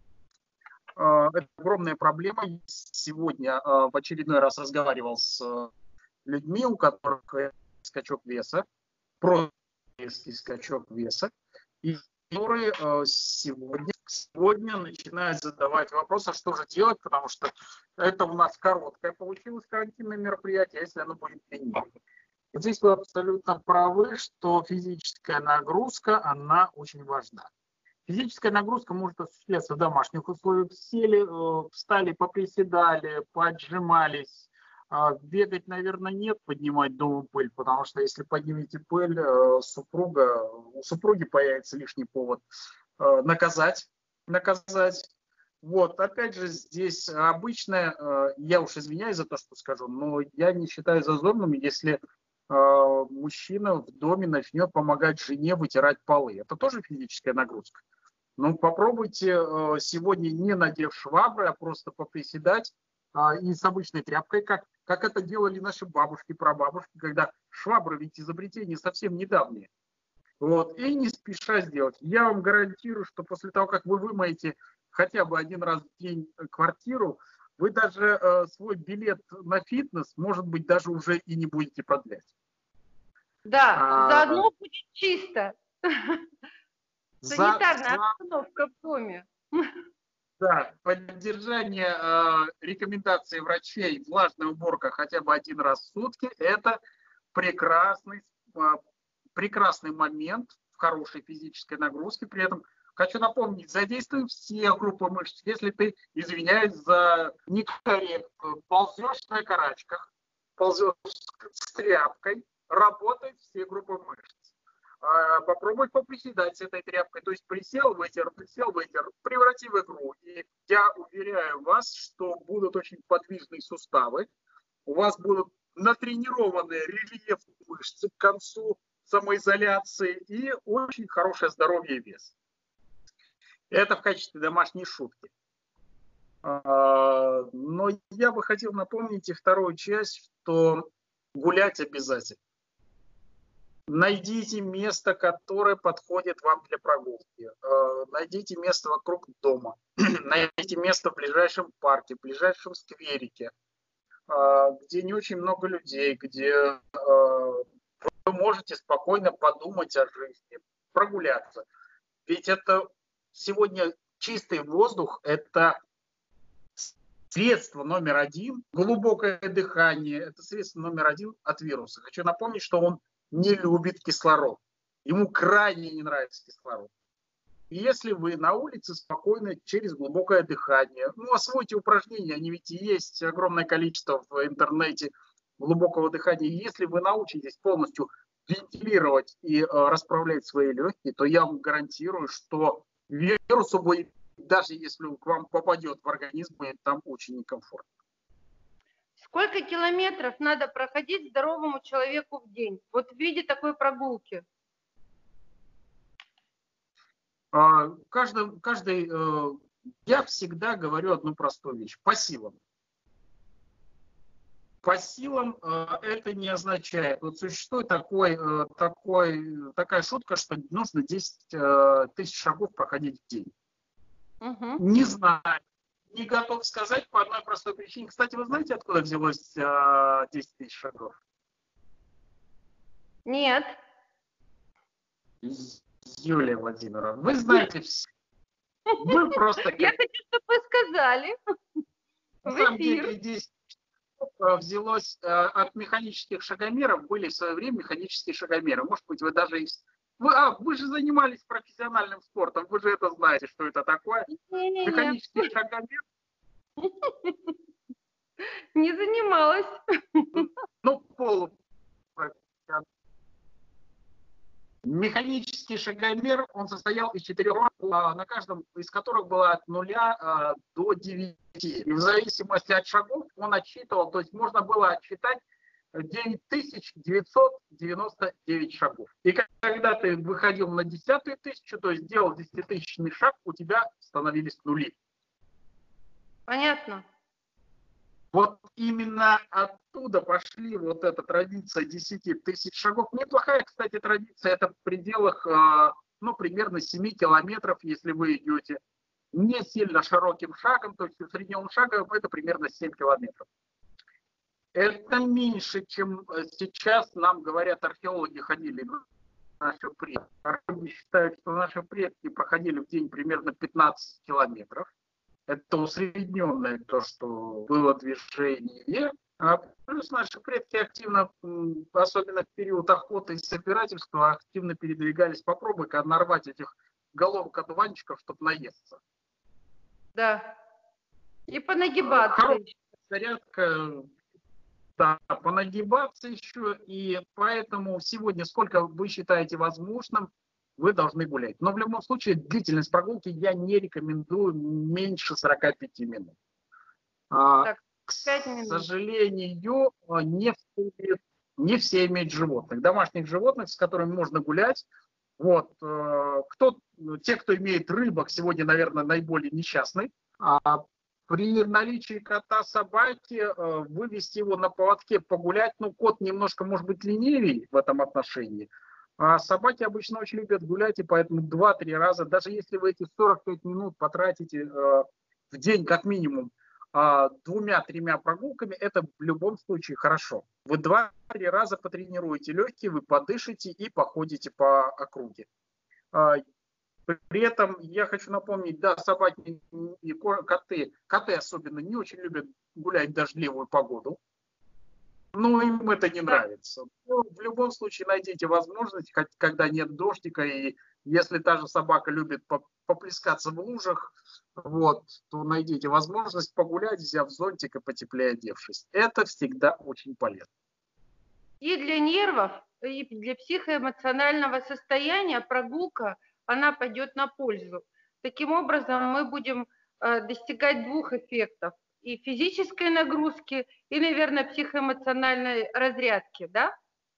[SPEAKER 2] Это огромная проблема. Сегодня в очередной раз разговаривал с людьми, у которых скачок веса, просто резкий скачок веса, и которые сегодня, сегодня начинают задавать вопрос, а что же делать, потому что это у нас короткое получилось карантинное мероприятие, если оно будет длиннее. Здесь вы абсолютно правы, что физическая нагрузка, она очень важна. Физическая нагрузка может осуществляться в домашних условиях. Сели, встали, поприседали, поотжимались. Бегать, наверное, нет, поднимать дома пыль, потому что если поднимете пыль, супруга, у супруги появится лишний повод наказать. наказать. Вот, опять же, здесь обычное, я уж извиняюсь за то, что скажу, но я не считаю зазорным, если мужчина в доме начнет помогать жене вытирать полы. Это тоже физическая нагрузка. Ну, попробуйте сегодня, не надев швабры, а просто поприседать и с обычной тряпкой, как, как это делали наши бабушки, прабабушки, когда швабры ведь изобретение совсем недавнее. Вот, и не спеша сделать. Я вам гарантирую, что после того, как вы вымоете хотя бы один раз в день квартиру, вы даже э, свой билет на фитнес, может быть, даже уже и не будете продлять.
[SPEAKER 1] Да, а, заодно будет чисто. Санитарная за... обстановка в доме.
[SPEAKER 2] Да, поддержание э, рекомендаций врачей, влажная уборка хотя бы один раз в сутки, это прекрасный, э, прекрасный момент в хорошей физической нагрузке. При этом хочу напомнить, задействуем все группы мышц. Если ты, извиняюсь за некорректную, ползешь на карачках, ползешь с тряпкой, работают все группы мышц. Попробуй поприседать с этой тряпкой. То есть присел, вытер, присел, вытер, преврати в игру. И я уверяю вас, что будут очень подвижные суставы. У вас будут натренированные рельефные мышцы к концу самоизоляции и очень хорошее здоровье и вес. Это в качестве домашней шутки. Но я бы хотел напомнить и вторую часть, что гулять обязательно. Найдите место, которое подходит вам для прогулки. Найдите место вокруг дома. Найдите место в ближайшем парке, в ближайшем скверике, где не очень много людей, где вы можете спокойно подумать о жизни, прогуляться. Ведь это сегодня чистый воздух, это средство номер один, глубокое дыхание, это средство номер один от вируса. Хочу напомнить, что он не любит кислород. Ему крайне не нравится кислород. И если вы на улице спокойно через глубокое дыхание, ну, освойте упражнения, они ведь есть огромное количество в интернете глубокого дыхания. И если вы научитесь полностью вентилировать и э, расправлять свои легкие, то я вам гарантирую, что вирусу будет, даже если он к вам попадет в организм, будет там очень некомфортно.
[SPEAKER 1] Сколько километров надо проходить здоровому человеку в день? Вот в виде такой прогулки.
[SPEAKER 2] Каждый, каждый, я всегда говорю одну простую вещь. По силам. По силам это не означает. Вот существует такой, такой, такая шутка, что нужно десять тысяч шагов проходить в день. Угу. Не знаю. Не готов сказать по одной простой причине. Кстати, вы знаете, откуда взялось десять тысяч шагов?
[SPEAKER 1] Нет.
[SPEAKER 2] Юлия Владимировна, вы знаете все. Вы просто...
[SPEAKER 1] Я хочу, чтобы вы сказали.
[SPEAKER 2] На самом деле десять взялось от механических шагомеров. Были в свое время механические шагомеры. Может быть, вы даже... Вы, а, вы же занимались профессиональным спортом. Вы же это знаете, что это такое.
[SPEAKER 1] Не-не-не.
[SPEAKER 2] Механический шагомер.
[SPEAKER 1] Не занималась.
[SPEAKER 2] Ну, полу. Механический шагомер, он состоял из четырех, на каждом из которых было от нуля до девяти. И в зависимости от шагов он отсчитывал, то есть можно было отсчитать девять тысяч девятьсот девяносто девять шагов. И когда ты выходил на десятую тысячу, то есть делал десятитысячный шаг, у тебя становились нули.
[SPEAKER 1] Понятно.
[SPEAKER 2] Вот именно оттуда пошли вот эта традиция десяти тысяч шагов. Неплохая, кстати, традиция. Это в пределах, ну, примерно семи километров, если вы идете не сильно широким шагом, то есть усредненным шагом, это примерно семь километров. Это меньше, чем сейчас нам говорят археологи, ходили наши предки. Археологи считают, что наши предки проходили в день примерно пятнадцать километров. Это усредненное то, что было движение. А плюс наши предки активно, особенно в период охоты и собирательства, активно передвигались. Попробуй-ка нарвать этих головок одуванчиков, чтобы наесться.
[SPEAKER 1] Да. И понагибаться.
[SPEAKER 2] Хорошая зарядка, да, понагибаться еще. И поэтому сегодня, сколько вы считаете возможным, вы должны гулять. Но в любом случае длительность прогулки я не рекомендую меньше сорока пяти минут. Так, к минут. сожалению, не все, не все имеют животных. Домашних животных, с которыми можно гулять. Вот, кто, те, кто имеет рыбок, сегодня, наверное, наиболее несчастны. А при наличии кота, собаки, вывести его на поводке, погулять, ну, кот немножко, может быть, ленивее в этом отношении. А собаки обычно очень любят гулять, и поэтому два-три раза, даже если вы эти сорок пять минут потратите э, в день как минимум э, двумя-тремя прогулками, это в любом случае хорошо. Вы два-три раза потренируете легкие, вы подышите и походите по округе. Э, при этом я хочу напомнить, да, собаки и коты, коты особенно не очень любят гулять в дождливую погоду. Ну, им это не нравится. Но в любом случае найдите возможность, когда нет дождика, и если та же собака любит поплескаться в лужах, вот, то найдите возможность погулять, взяв зонтик и потеплее одевшись. Это всегда очень полезно.
[SPEAKER 1] И для нервов, и для психоэмоционального состояния прогулка, она пойдет на пользу. Таким образом, мы будем э, достигать двух эффектов. И физической нагрузки, и, наверное, психоэмоциональной разрядки, да?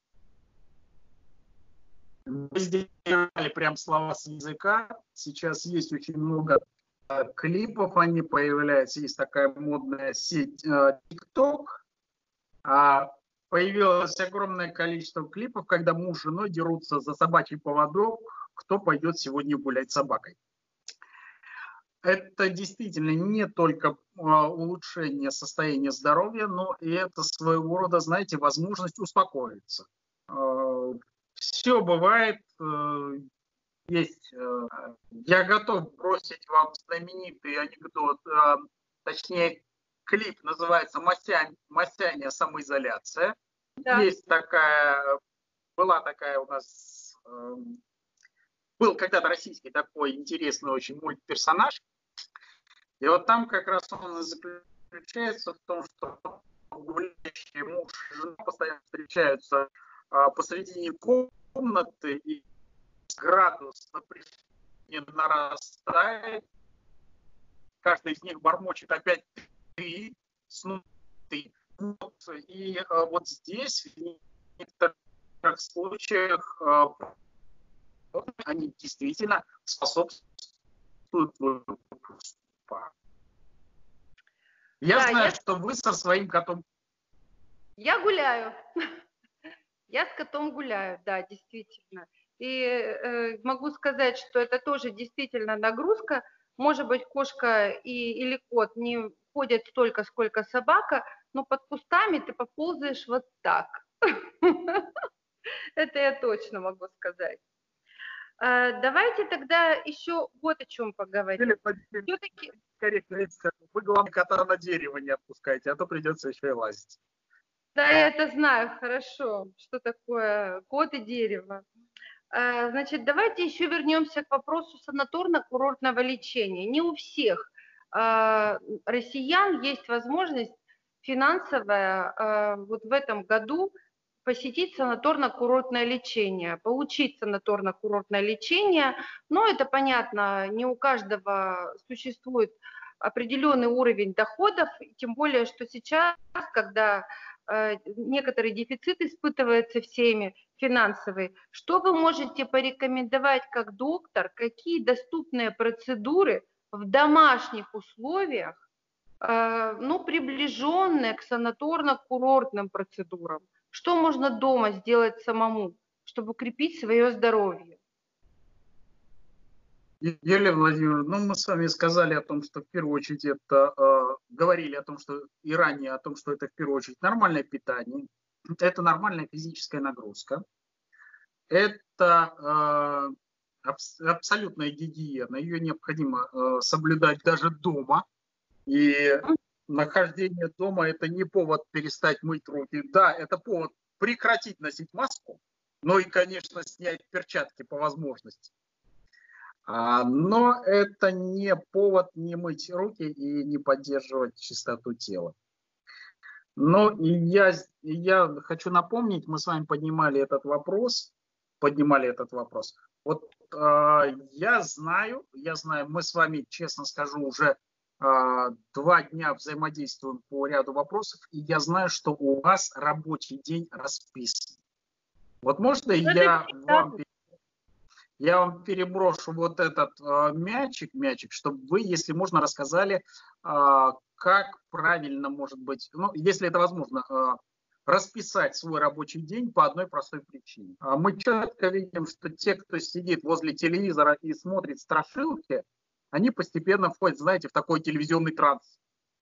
[SPEAKER 2] Вы сделали прям слова с языка. Сейчас есть очень много э, клипов, они появляются. Есть такая модная сеть э, TikTok. А появилось огромное количество клипов, когда муж с женой дерутся за собачий поводок, кто пойдет сегодня гулять с собакой. Это действительно не только улучшение состояния здоровья, но и это своего рода, знаете, возможность успокоиться. Все бывает. Есть. Я готов бросить вам знаменитый анекдот, точнее, клип называется «Масяня самоизоляция». Да. Есть такая, была такая у нас, был когда-то российский такой интересный очень мультперсонаж. И вот там как раз он и заключается в том, что гуляющие муж и жена постоянно встречаются а, посредине комнаты, и градус напряжения нарастает. Каждый из них бормочет опять «ты», снова «ты». Вот, и а, вот здесь в некоторых случаях а, они действительно способствуют выпуску. Я да, знаю, я... что вы со своим котом...
[SPEAKER 1] Я гуляю. Я с котом гуляю, да, действительно. И э, могу сказать, что это тоже действительно нагрузка. Может быть, кошка и, или кот не ходят столько, сколько собака, но под кустами ты поползаешь вот так. Это я точно могу сказать. Давайте тогда еще вот о чем поговорим.
[SPEAKER 2] Все-таки... Вы, главное, кота на дерево не отпускайте, а то придется еще и лазить.
[SPEAKER 1] Да, я это знаю хорошо, что такое кот и дерево. Значит, давайте еще вернемся к вопросу санаторно-курортного лечения. Не у всех россиян есть возможность финансовая вот в этом году посетить санаторно-курортное лечение, получить санаторно-курортное лечение, но это понятно, не у каждого существует определенный уровень доходов, тем более, что сейчас, когда э, некоторый дефицит испытывается всеми, финансовый, что вы можете порекомендовать как доктор, какие доступные процедуры в домашних условиях, э, ну, приближенные к санаторно-курортным процедурам? Что можно дома сделать самому, чтобы укрепить свое здоровье?
[SPEAKER 2] Елена Владимировна, ну мы с вами сказали о том, что в первую очередь это, э, говорили о том, что и ранее о том, что это в первую очередь нормальное питание, это нормальная физическая нагрузка, это э, абс, абсолютная гигиена, ее необходимо э, соблюдать даже дома, и нахождение дома это не повод перестать мыть руки, да, это повод прекратить носить маску, но и, конечно, снять перчатки по возможности. Но это не повод не мыть руки и не поддерживать чистоту тела. Но и я, и я хочу напомнить, мы с вами поднимали этот вопрос, поднимали этот вопрос. Вот э, я знаю, я знаю, мы с вами, честно скажу, уже э, два дня взаимодействуем по ряду вопросов, и я знаю, что у вас рабочий день расписан. Вот можно я вам... Я вам переброшу вот этот э, мячик, мячик, чтобы вы, если можно, рассказали, э, как правильно, может быть, ну, если это возможно, э, расписать свой рабочий день по одной простой причине. А мы четко видим, что те, кто сидит возле телевизора и смотрит страшилки, они постепенно входят, знаете, в такой телевизионный транс.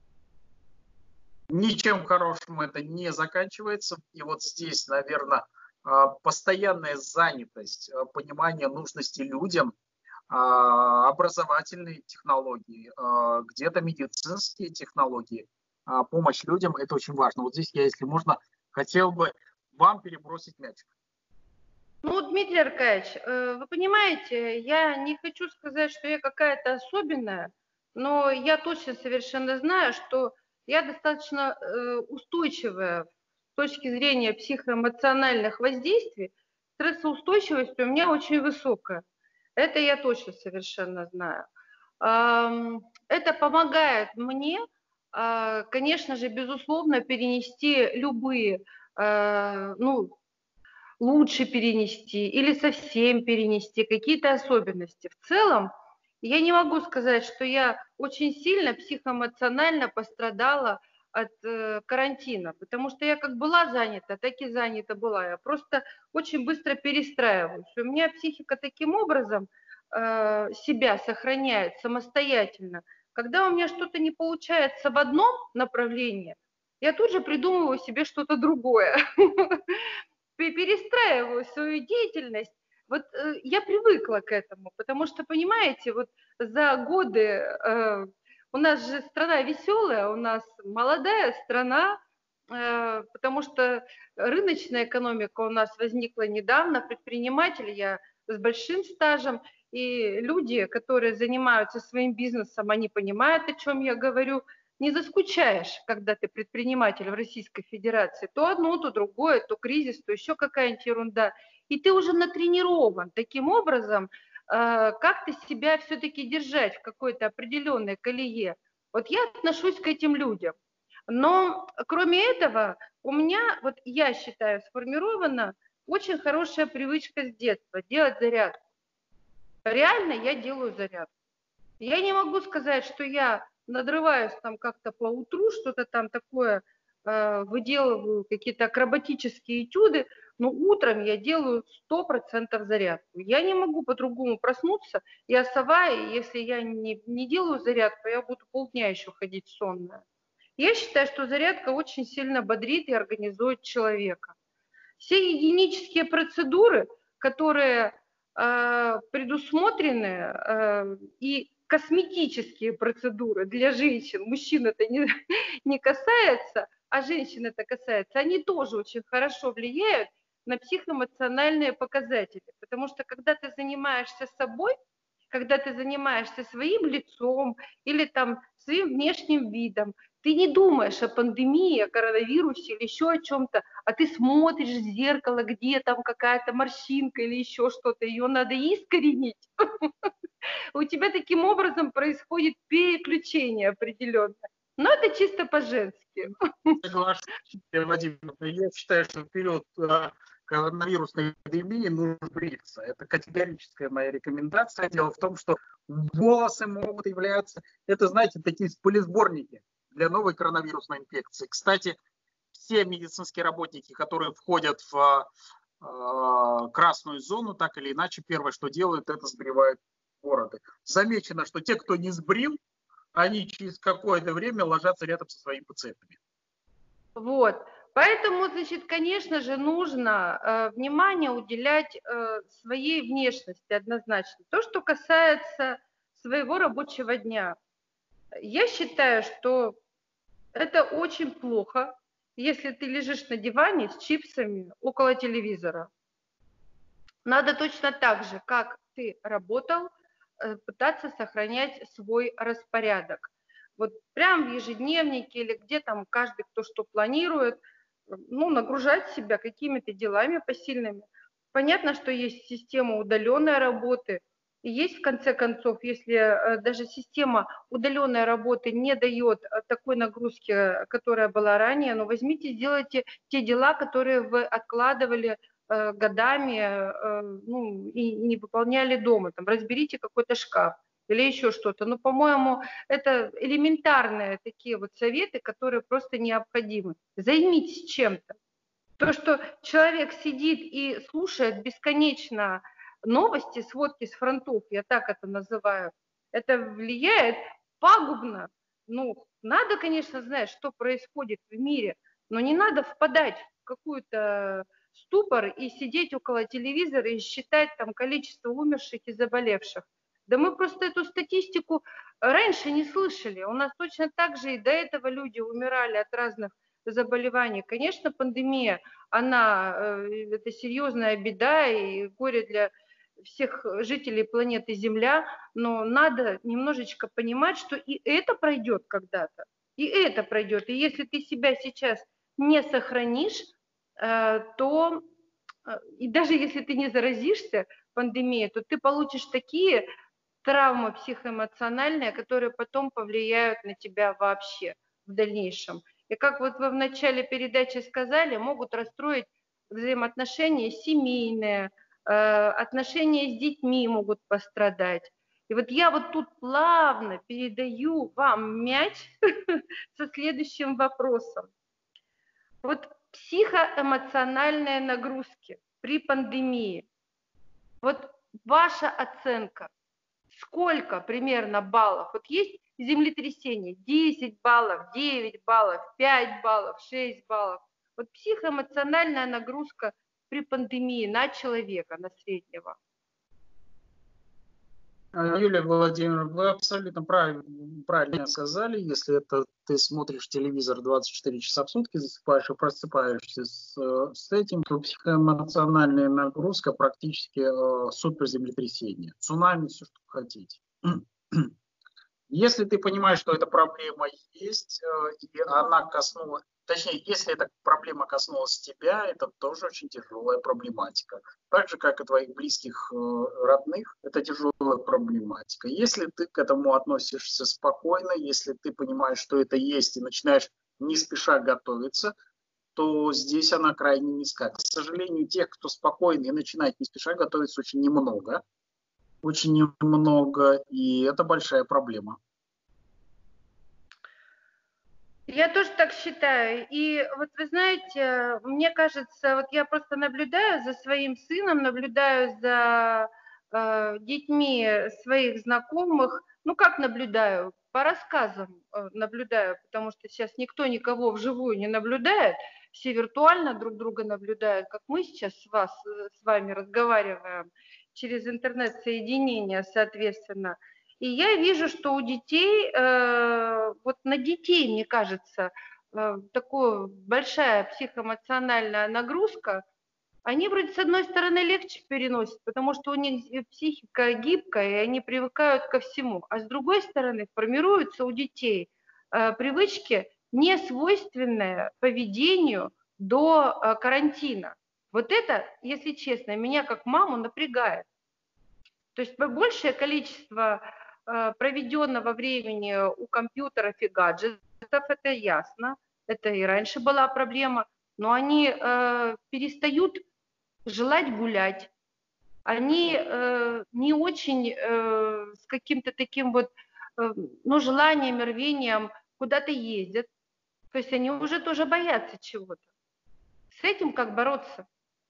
[SPEAKER 2] Ничем хорошим это не заканчивается. И вот здесь, наверное, постоянная занятость, понимание нужности людям, образовательные технологии, где-то медицинские технологии, помощь людям, это очень важно. Вот здесь я, если можно, хотел бы вам перебросить мячик.
[SPEAKER 1] Ну, Дмитрий Аркадьевич, вы понимаете, я не хочу сказать, что я какая-то особенная, но я точно совершенно знаю, что я достаточно устойчивая с точки зрения психоэмоциональных воздействий, стрессоустойчивость у меня очень высокая. Это я точно совершенно знаю. Это помогает мне, конечно же, безусловно, перенести любые, ну, лучше перенести или совсем перенести какие-то особенности. В целом, я не могу сказать, что я очень сильно психоэмоционально пострадала от э, карантина, потому что я как была занята, так и занята была. Я просто очень быстро перестраиваюсь. У меня психика таким образом э, себя сохраняет самостоятельно. Когда у меня что-то не получается в одном направлении, я тут же придумываю себе что-то другое. перестраиваю свою деятельность. Вот э, я привыкла к этому, потому что, понимаете, вот за годы э, у нас же страна веселая, у нас молодая страна, э, потому что рыночная экономика у нас возникла недавно, предприниматель я с большим стажем, и люди, которые занимаются своим бизнесом, они понимают, о чем я говорю. Не заскучаешь, когда ты предприниматель в Российской Федерации. То одно, то другое, то кризис, то еще какая-нибудь ерунда. И ты уже натренирован таким образом, э, как ты себя все-таки держать в какой-то определенной колее. Вот я отношусь к этим людям. Но кроме этого, у меня, вот я считаю, сформирована очень хорошая привычка с детства делать зарядку. Реально я делаю зарядку. Я не могу сказать, что я надрываюсь там как-то по утру, что-то там такое э, выделываю, какие-то акробатические этюды, но утром я делаю сто процентов зарядку. Я не могу по-другому проснуться, я сова, и если я не, не делаю зарядку, я буду полдня еще ходить сонная. Я считаю, что зарядка очень сильно бодрит и организует человека. Все гигиенические процедуры, которые э, предусмотрены, э, и косметические процедуры для женщин, мужчин это не, не касается, а женщин это касается, они тоже очень хорошо влияют на психоэмоциональные показатели. Потому что когда ты занимаешься собой, когда ты занимаешься своим лицом или там своим внешним видом, ты не думаешь о пандемии, о коронавирусе или еще о чем-то, а ты смотришь в зеркало, где там какая-то морщинка или еще что-то, ее надо искоренить. У тебя таким образом происходит переключение определенное. Но это чисто по-женски.
[SPEAKER 2] Соглашусь, Владимир. Я считаю, что в период а, коронавирусной эпидемии нужно бриться. Это категорическая моя рекомендация. Дело в том, что волосы могут являться, это, знаете, такие пылесборники для новой коронавирусной инфекции. Кстати, все медицинские работники, которые входят в э, красную зону, так или иначе, первое, что делают, это сбривают бороды. Замечено, что те, кто не сбрил, они через какое-то время ложатся рядом со своими пациентами.
[SPEAKER 1] Вот. Поэтому, значит, конечно же, нужно э, внимание уделять э, своей внешности однозначно. То, что касается своего рабочего дня. Я считаю, что это очень плохо, если ты лежишь на диване с чипсами около телевизора. Надо точно так же, как ты работал, пытаться сохранять свой распорядок. Вот прям в ежедневнике или где там каждый, кто что планирует, ну, нагружать себя какими-то делами посильными. Понятно, что есть система удаленной работы, и есть, в конце концов, если даже система удаленной работы не дает такой нагрузки, которая была ранее, но возьмите, сделайте те дела, которые вы откладывали годами, ну, и не выполняли дома. Там, разберите какой-то шкаф или еще что-то. Но, по-моему, это элементарные такие вот советы, которые просто необходимы. Займитесь чем-то. То, что человек сидит и слушает бесконечно новости, сводки с фронтов, я так это называю, это влияет пагубно. Ну, надо, конечно, знать, что происходит в мире, но не надо впадать в какую-то ступор и сидеть около телевизора и считать там количество умерших и заболевших. Да мы просто эту статистику раньше не слышали. У нас точно так же и до этого люди умирали от разных заболеваний. Конечно, пандемия, она, это серьезная беда и горе для всех жителей планеты Земля, но надо немножечко понимать, что и это пройдет когда-то, и это пройдет. И если ты себя сейчас не сохранишь, то и даже если ты не заразишься пандемией, то ты получишь такие травмы психоэмоциональные, которые потом повлияют на тебя вообще в дальнейшем. И как вот вы в начале передачи сказали, могут расстроить взаимоотношения семейные, отношения с детьми могут пострадать. И вот я вот тут плавно передаю вам мяч со следующим вопросом. Вот психоэмоциональные нагрузки при пандемии. Вот ваша оценка, сколько примерно баллов? Вот есть землетрясение, десять баллов, девять баллов, пять баллов, шесть баллов. Вот психоэмоциональная нагрузка при пандемии на человека, на среднего?
[SPEAKER 2] Юлия Владимировна, вы абсолютно правильно, правильно сказали. Если это ты смотришь телевизор двадцать четыре часа в сутки, засыпаешь и просыпаешься с, с этим, то психоэмоциональная нагрузка практически э, супер землетрясение. Цунами, все, что хотите. Если ты понимаешь, что эта проблема есть, э, и она коснулась, точнее, если эта проблема коснулась тебя, это тоже очень тяжелая проблематика. Так же, как и твоих близких, э, родных, это тяжелая проблематика. Если ты к этому относишься спокойно, если ты понимаешь, что это есть, и начинаешь не спеша готовиться, то здесь она крайне низка. К сожалению, тех, кто спокойно и начинает не спеша готовиться, очень немного. Очень немного, и это большая проблема.
[SPEAKER 1] Я тоже так считаю. И вот вы знаете, мне кажется, вот я просто наблюдаю за своим сыном, наблюдаю за э, детьми своих знакомых. Ну как наблюдаю? По рассказам э, наблюдаю, потому что сейчас никто никого вживую не наблюдает, все виртуально друг друга наблюдают, как мы сейчас с, вас, с вами разговариваем через интернет-соединение, соответственно. И я вижу, что у детей, э, вот на детей, мне кажется, э, такая большая психоэмоциональная нагрузка. Они вроде с одной стороны легче переносят, потому что у них психика гибкая, и они привыкают ко всему. А с другой стороны формируются у детей э, привычки, не свойственные поведению до э, карантина. Вот это, если честно, меня как маму напрягает. То есть большее количество э, проведенного времени у компьютеров и гаджетов, это ясно, это и раньше была проблема, но они э, перестают желать гулять, они э, не очень э, с каким-то таким вот, э, ну, желанием, рвением куда-то ездят, то есть они уже тоже боятся чего-то. С этим как бороться?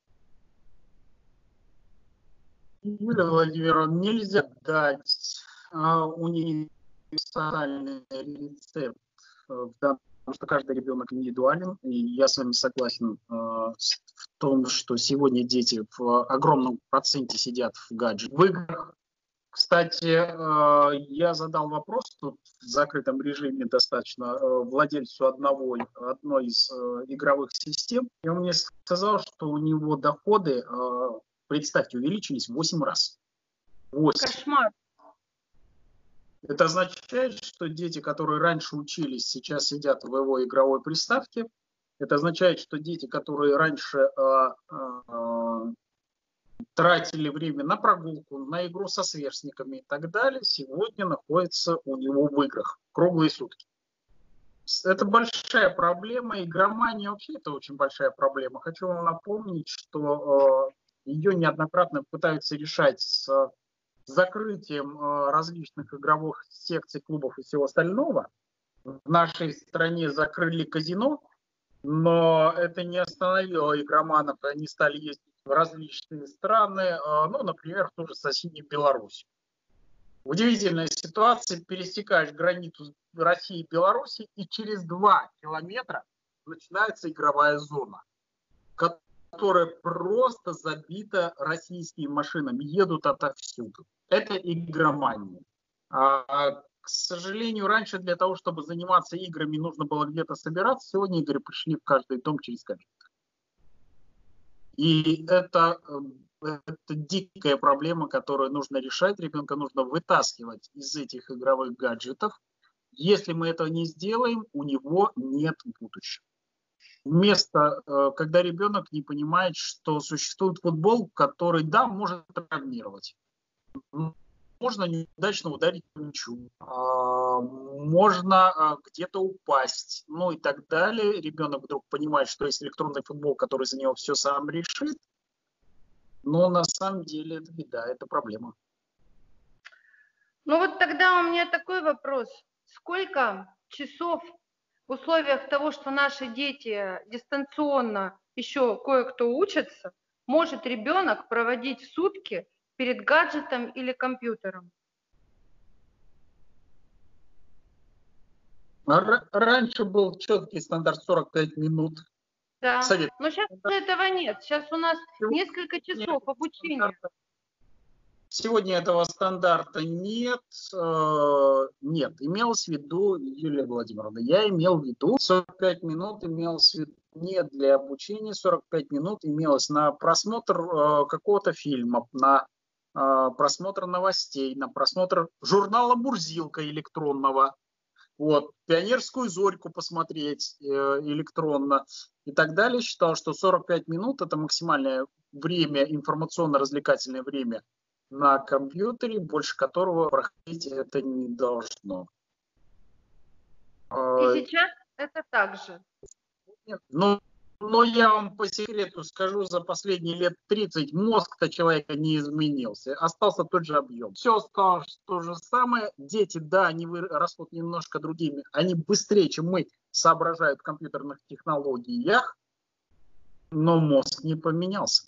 [SPEAKER 2] Юлия Владимировна, нельзя дать а, универсальный рецепт, в данном, потому что каждый ребенок индивидуален, и я с вами согласен э, в том, что сегодня дети в огромном проценте сидят в гаджетах, в играх. Кстати, э, я задал вопрос тут в закрытом режиме достаточно э, владельцу одного, одной из э, игровых систем, и он мне сказал, что у него доходы, э, представьте, увеличились в восемь раз. восемь.
[SPEAKER 1] Кошмар.
[SPEAKER 2] Это означает, что дети, которые раньше учились, сейчас сидят в его игровой приставке. Это означает, что дети, которые раньше э, э, тратили время на прогулку, на игру со сверстниками и так далее, сегодня находятся у него в играх круглые сутки. Это большая проблема. Игромания вообще это очень большая проблема. Хочу вам напомнить, что э, ее неоднократно пытаются решать с закрытием э, различных игровых секций, клубов и всего остального. В нашей стране закрыли казино, но это не остановило игроманов, они стали ездить в различные страны, э, ну, например, в ту же соседнюю Беларусь. Удивительная ситуация, пересекаешь границу России и Беларуси, и через два километра начинается игровая зона, которая просто забита российскими машинами, едут отовсюду. Это игромания. А, к сожалению, раньше для того, чтобы заниматься играми, нужно было где-то собираться. Сегодня игры пришли в каждый дом через компьютер. И это, это дикая проблема, которую нужно решать. Ребенка нужно вытаскивать из этих игровых гаджетов. Если мы этого не сделаем, у него нет будущего. Вместо, когда ребенок не понимает, что существует футбол, который, да, может травмировать. Можно неудачно ударить по мячу, можно где-то упасть, ну и так далее. Ребенок вдруг понимает, что есть электронный футбол, который за него все сам решит. Но на самом деле это беда, это проблема.
[SPEAKER 1] Ну вот тогда у меня такой вопрос. Сколько часов в условиях того, что наши дети дистанционно еще кое-кто учатся, может ребенок проводить в сутки перед гаджетом или компьютером?
[SPEAKER 2] Раньше был четкий стандарт сорок пять минут.
[SPEAKER 1] Да,
[SPEAKER 2] Совет.
[SPEAKER 1] но сейчас уже этого нет. Сейчас у нас несколько часов обучения.
[SPEAKER 2] Сегодня этого стандарта нет. э, Нет, имелось в виду, Юлия Владимировна, я имел в виду сорок пять минут, имелось в виду не для обучения, сорок пять минут имелось на просмотр э, какого-то фильма, на э, просмотр новостей, на просмотр журнала «Мурзилка» электронного, вот, «Пионерскую зорьку» посмотреть э, электронно и так далее. Считал, что сорок пять минут – это максимальное время, информационно-развлекательное время на компьютере, больше которого проходить это не должно.
[SPEAKER 1] И сейчас это так же.
[SPEAKER 2] Но, но я вам по секрету скажу, за последние лет тридцать мозг-то человека не изменился. Остался тот же объем. Все осталось то же самое. Дети, да, они растут немножко другими. Они быстрее, чем мы, соображают в компьютерных технологиях, но мозг не поменялся.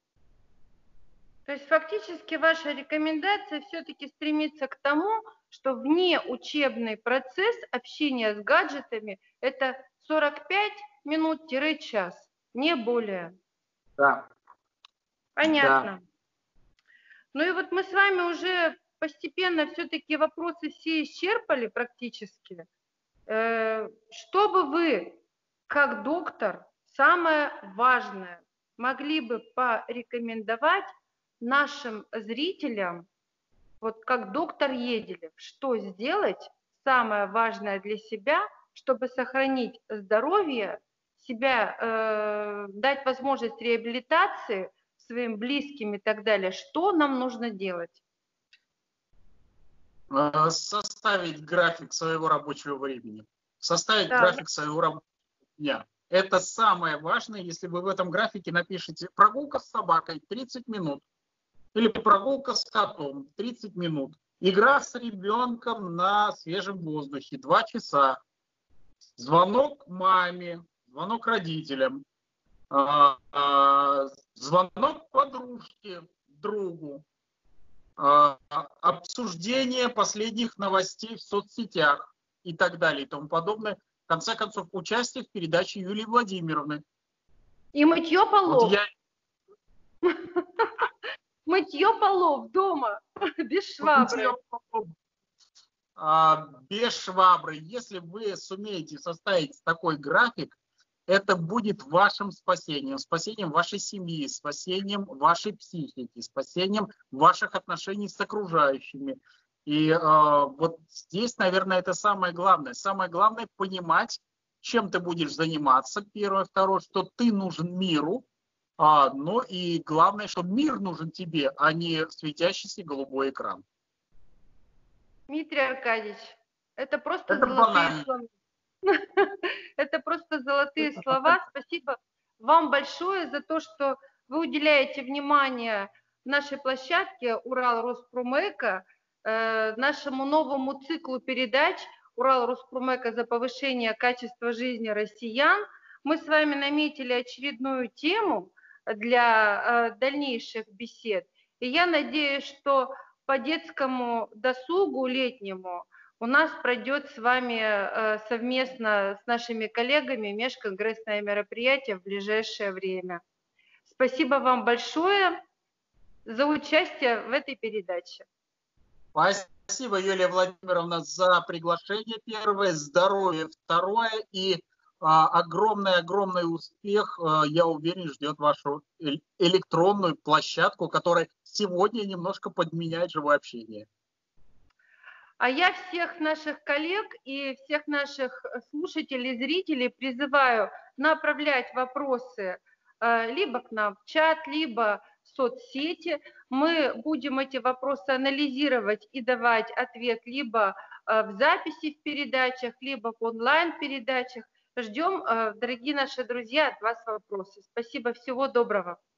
[SPEAKER 1] То есть фактически ваша рекомендация все-таки стремится к тому, что внеучебный процесс общения с гаджетами – это сорок пять минут-час, не более.
[SPEAKER 2] Да.
[SPEAKER 1] Понятно.
[SPEAKER 2] Да.
[SPEAKER 1] Ну и вот мы с вами уже постепенно все-таки вопросы все исчерпали практически. Что бы вы, как доктор, самое важное могли бы порекомендовать нашим зрителям, вот как доктор Еделев, что сделать самое важное для себя, чтобы сохранить здоровье, себя, э, дать возможность реабилитации своим близким и так далее, что нам нужно делать?
[SPEAKER 2] Составить график своего рабочего времени. Составить
[SPEAKER 1] Да.
[SPEAKER 2] график своего рабочего дня. Это самое важное, если вы в этом графике напишите прогулка с собакой тридцать минут. Или прогулка с котом тридцать минут. Игра с ребенком на свежем воздухе два часа. Звонок маме, звонок родителям, звонок подружке, другу, обсуждение последних новостей в соцсетях и так далее и тому подобное. В конце концов, участие в передаче Юлии Владимировны.
[SPEAKER 1] И мытье полов. Вот я... Мытье полов дома, без швабры.
[SPEAKER 2] А, без швабры. Если вы сумеете составить такой график, это будет вашим спасением, спасением вашей семьи, спасением вашей психики, спасением ваших отношений с окружающими. И э, вот здесь, наверное, это самое главное. Самое главное понимать, чем ты будешь заниматься, первое. Второе, что ты нужен миру. А, но и главное, что мир нужен тебе, а не светящийся голубой экран.
[SPEAKER 1] Дмитрий Аркадьевич, это просто
[SPEAKER 2] это
[SPEAKER 1] золотые слова. Это просто золотые слова. Спасибо вам большое за то, что вы уделяете внимание нашей площадке Урал Роспромэко, нашему новому циклу передач Урал Роспромэко за повышение качества жизни россиян. Мы с вами наметили очередную тему для дальнейших бесед. И я надеюсь, что по детскому досугу летнему у нас пройдет с вами совместно с нашими коллегами межконгрессное мероприятие в ближайшее время. Спасибо вам большое за участие в этой передаче.
[SPEAKER 2] Спасибо, Юлия Владимировна, за приглашение. Первое, здоровье. Второе и огромный-огромный успех, я уверен, ждет вашу электронную площадку, которая сегодня немножко подменяет живое общение.
[SPEAKER 1] А я всех наших коллег и всех наших слушателей, зрителей призываю направлять вопросы либо к нам в чат, либо в соцсети. Мы будем эти вопросы анализировать и давать ответ либо в записи в передачах, либо в онлайн-передачах. Ждем, дорогие наши друзья, от вас вопросы. Спасибо, всего доброго.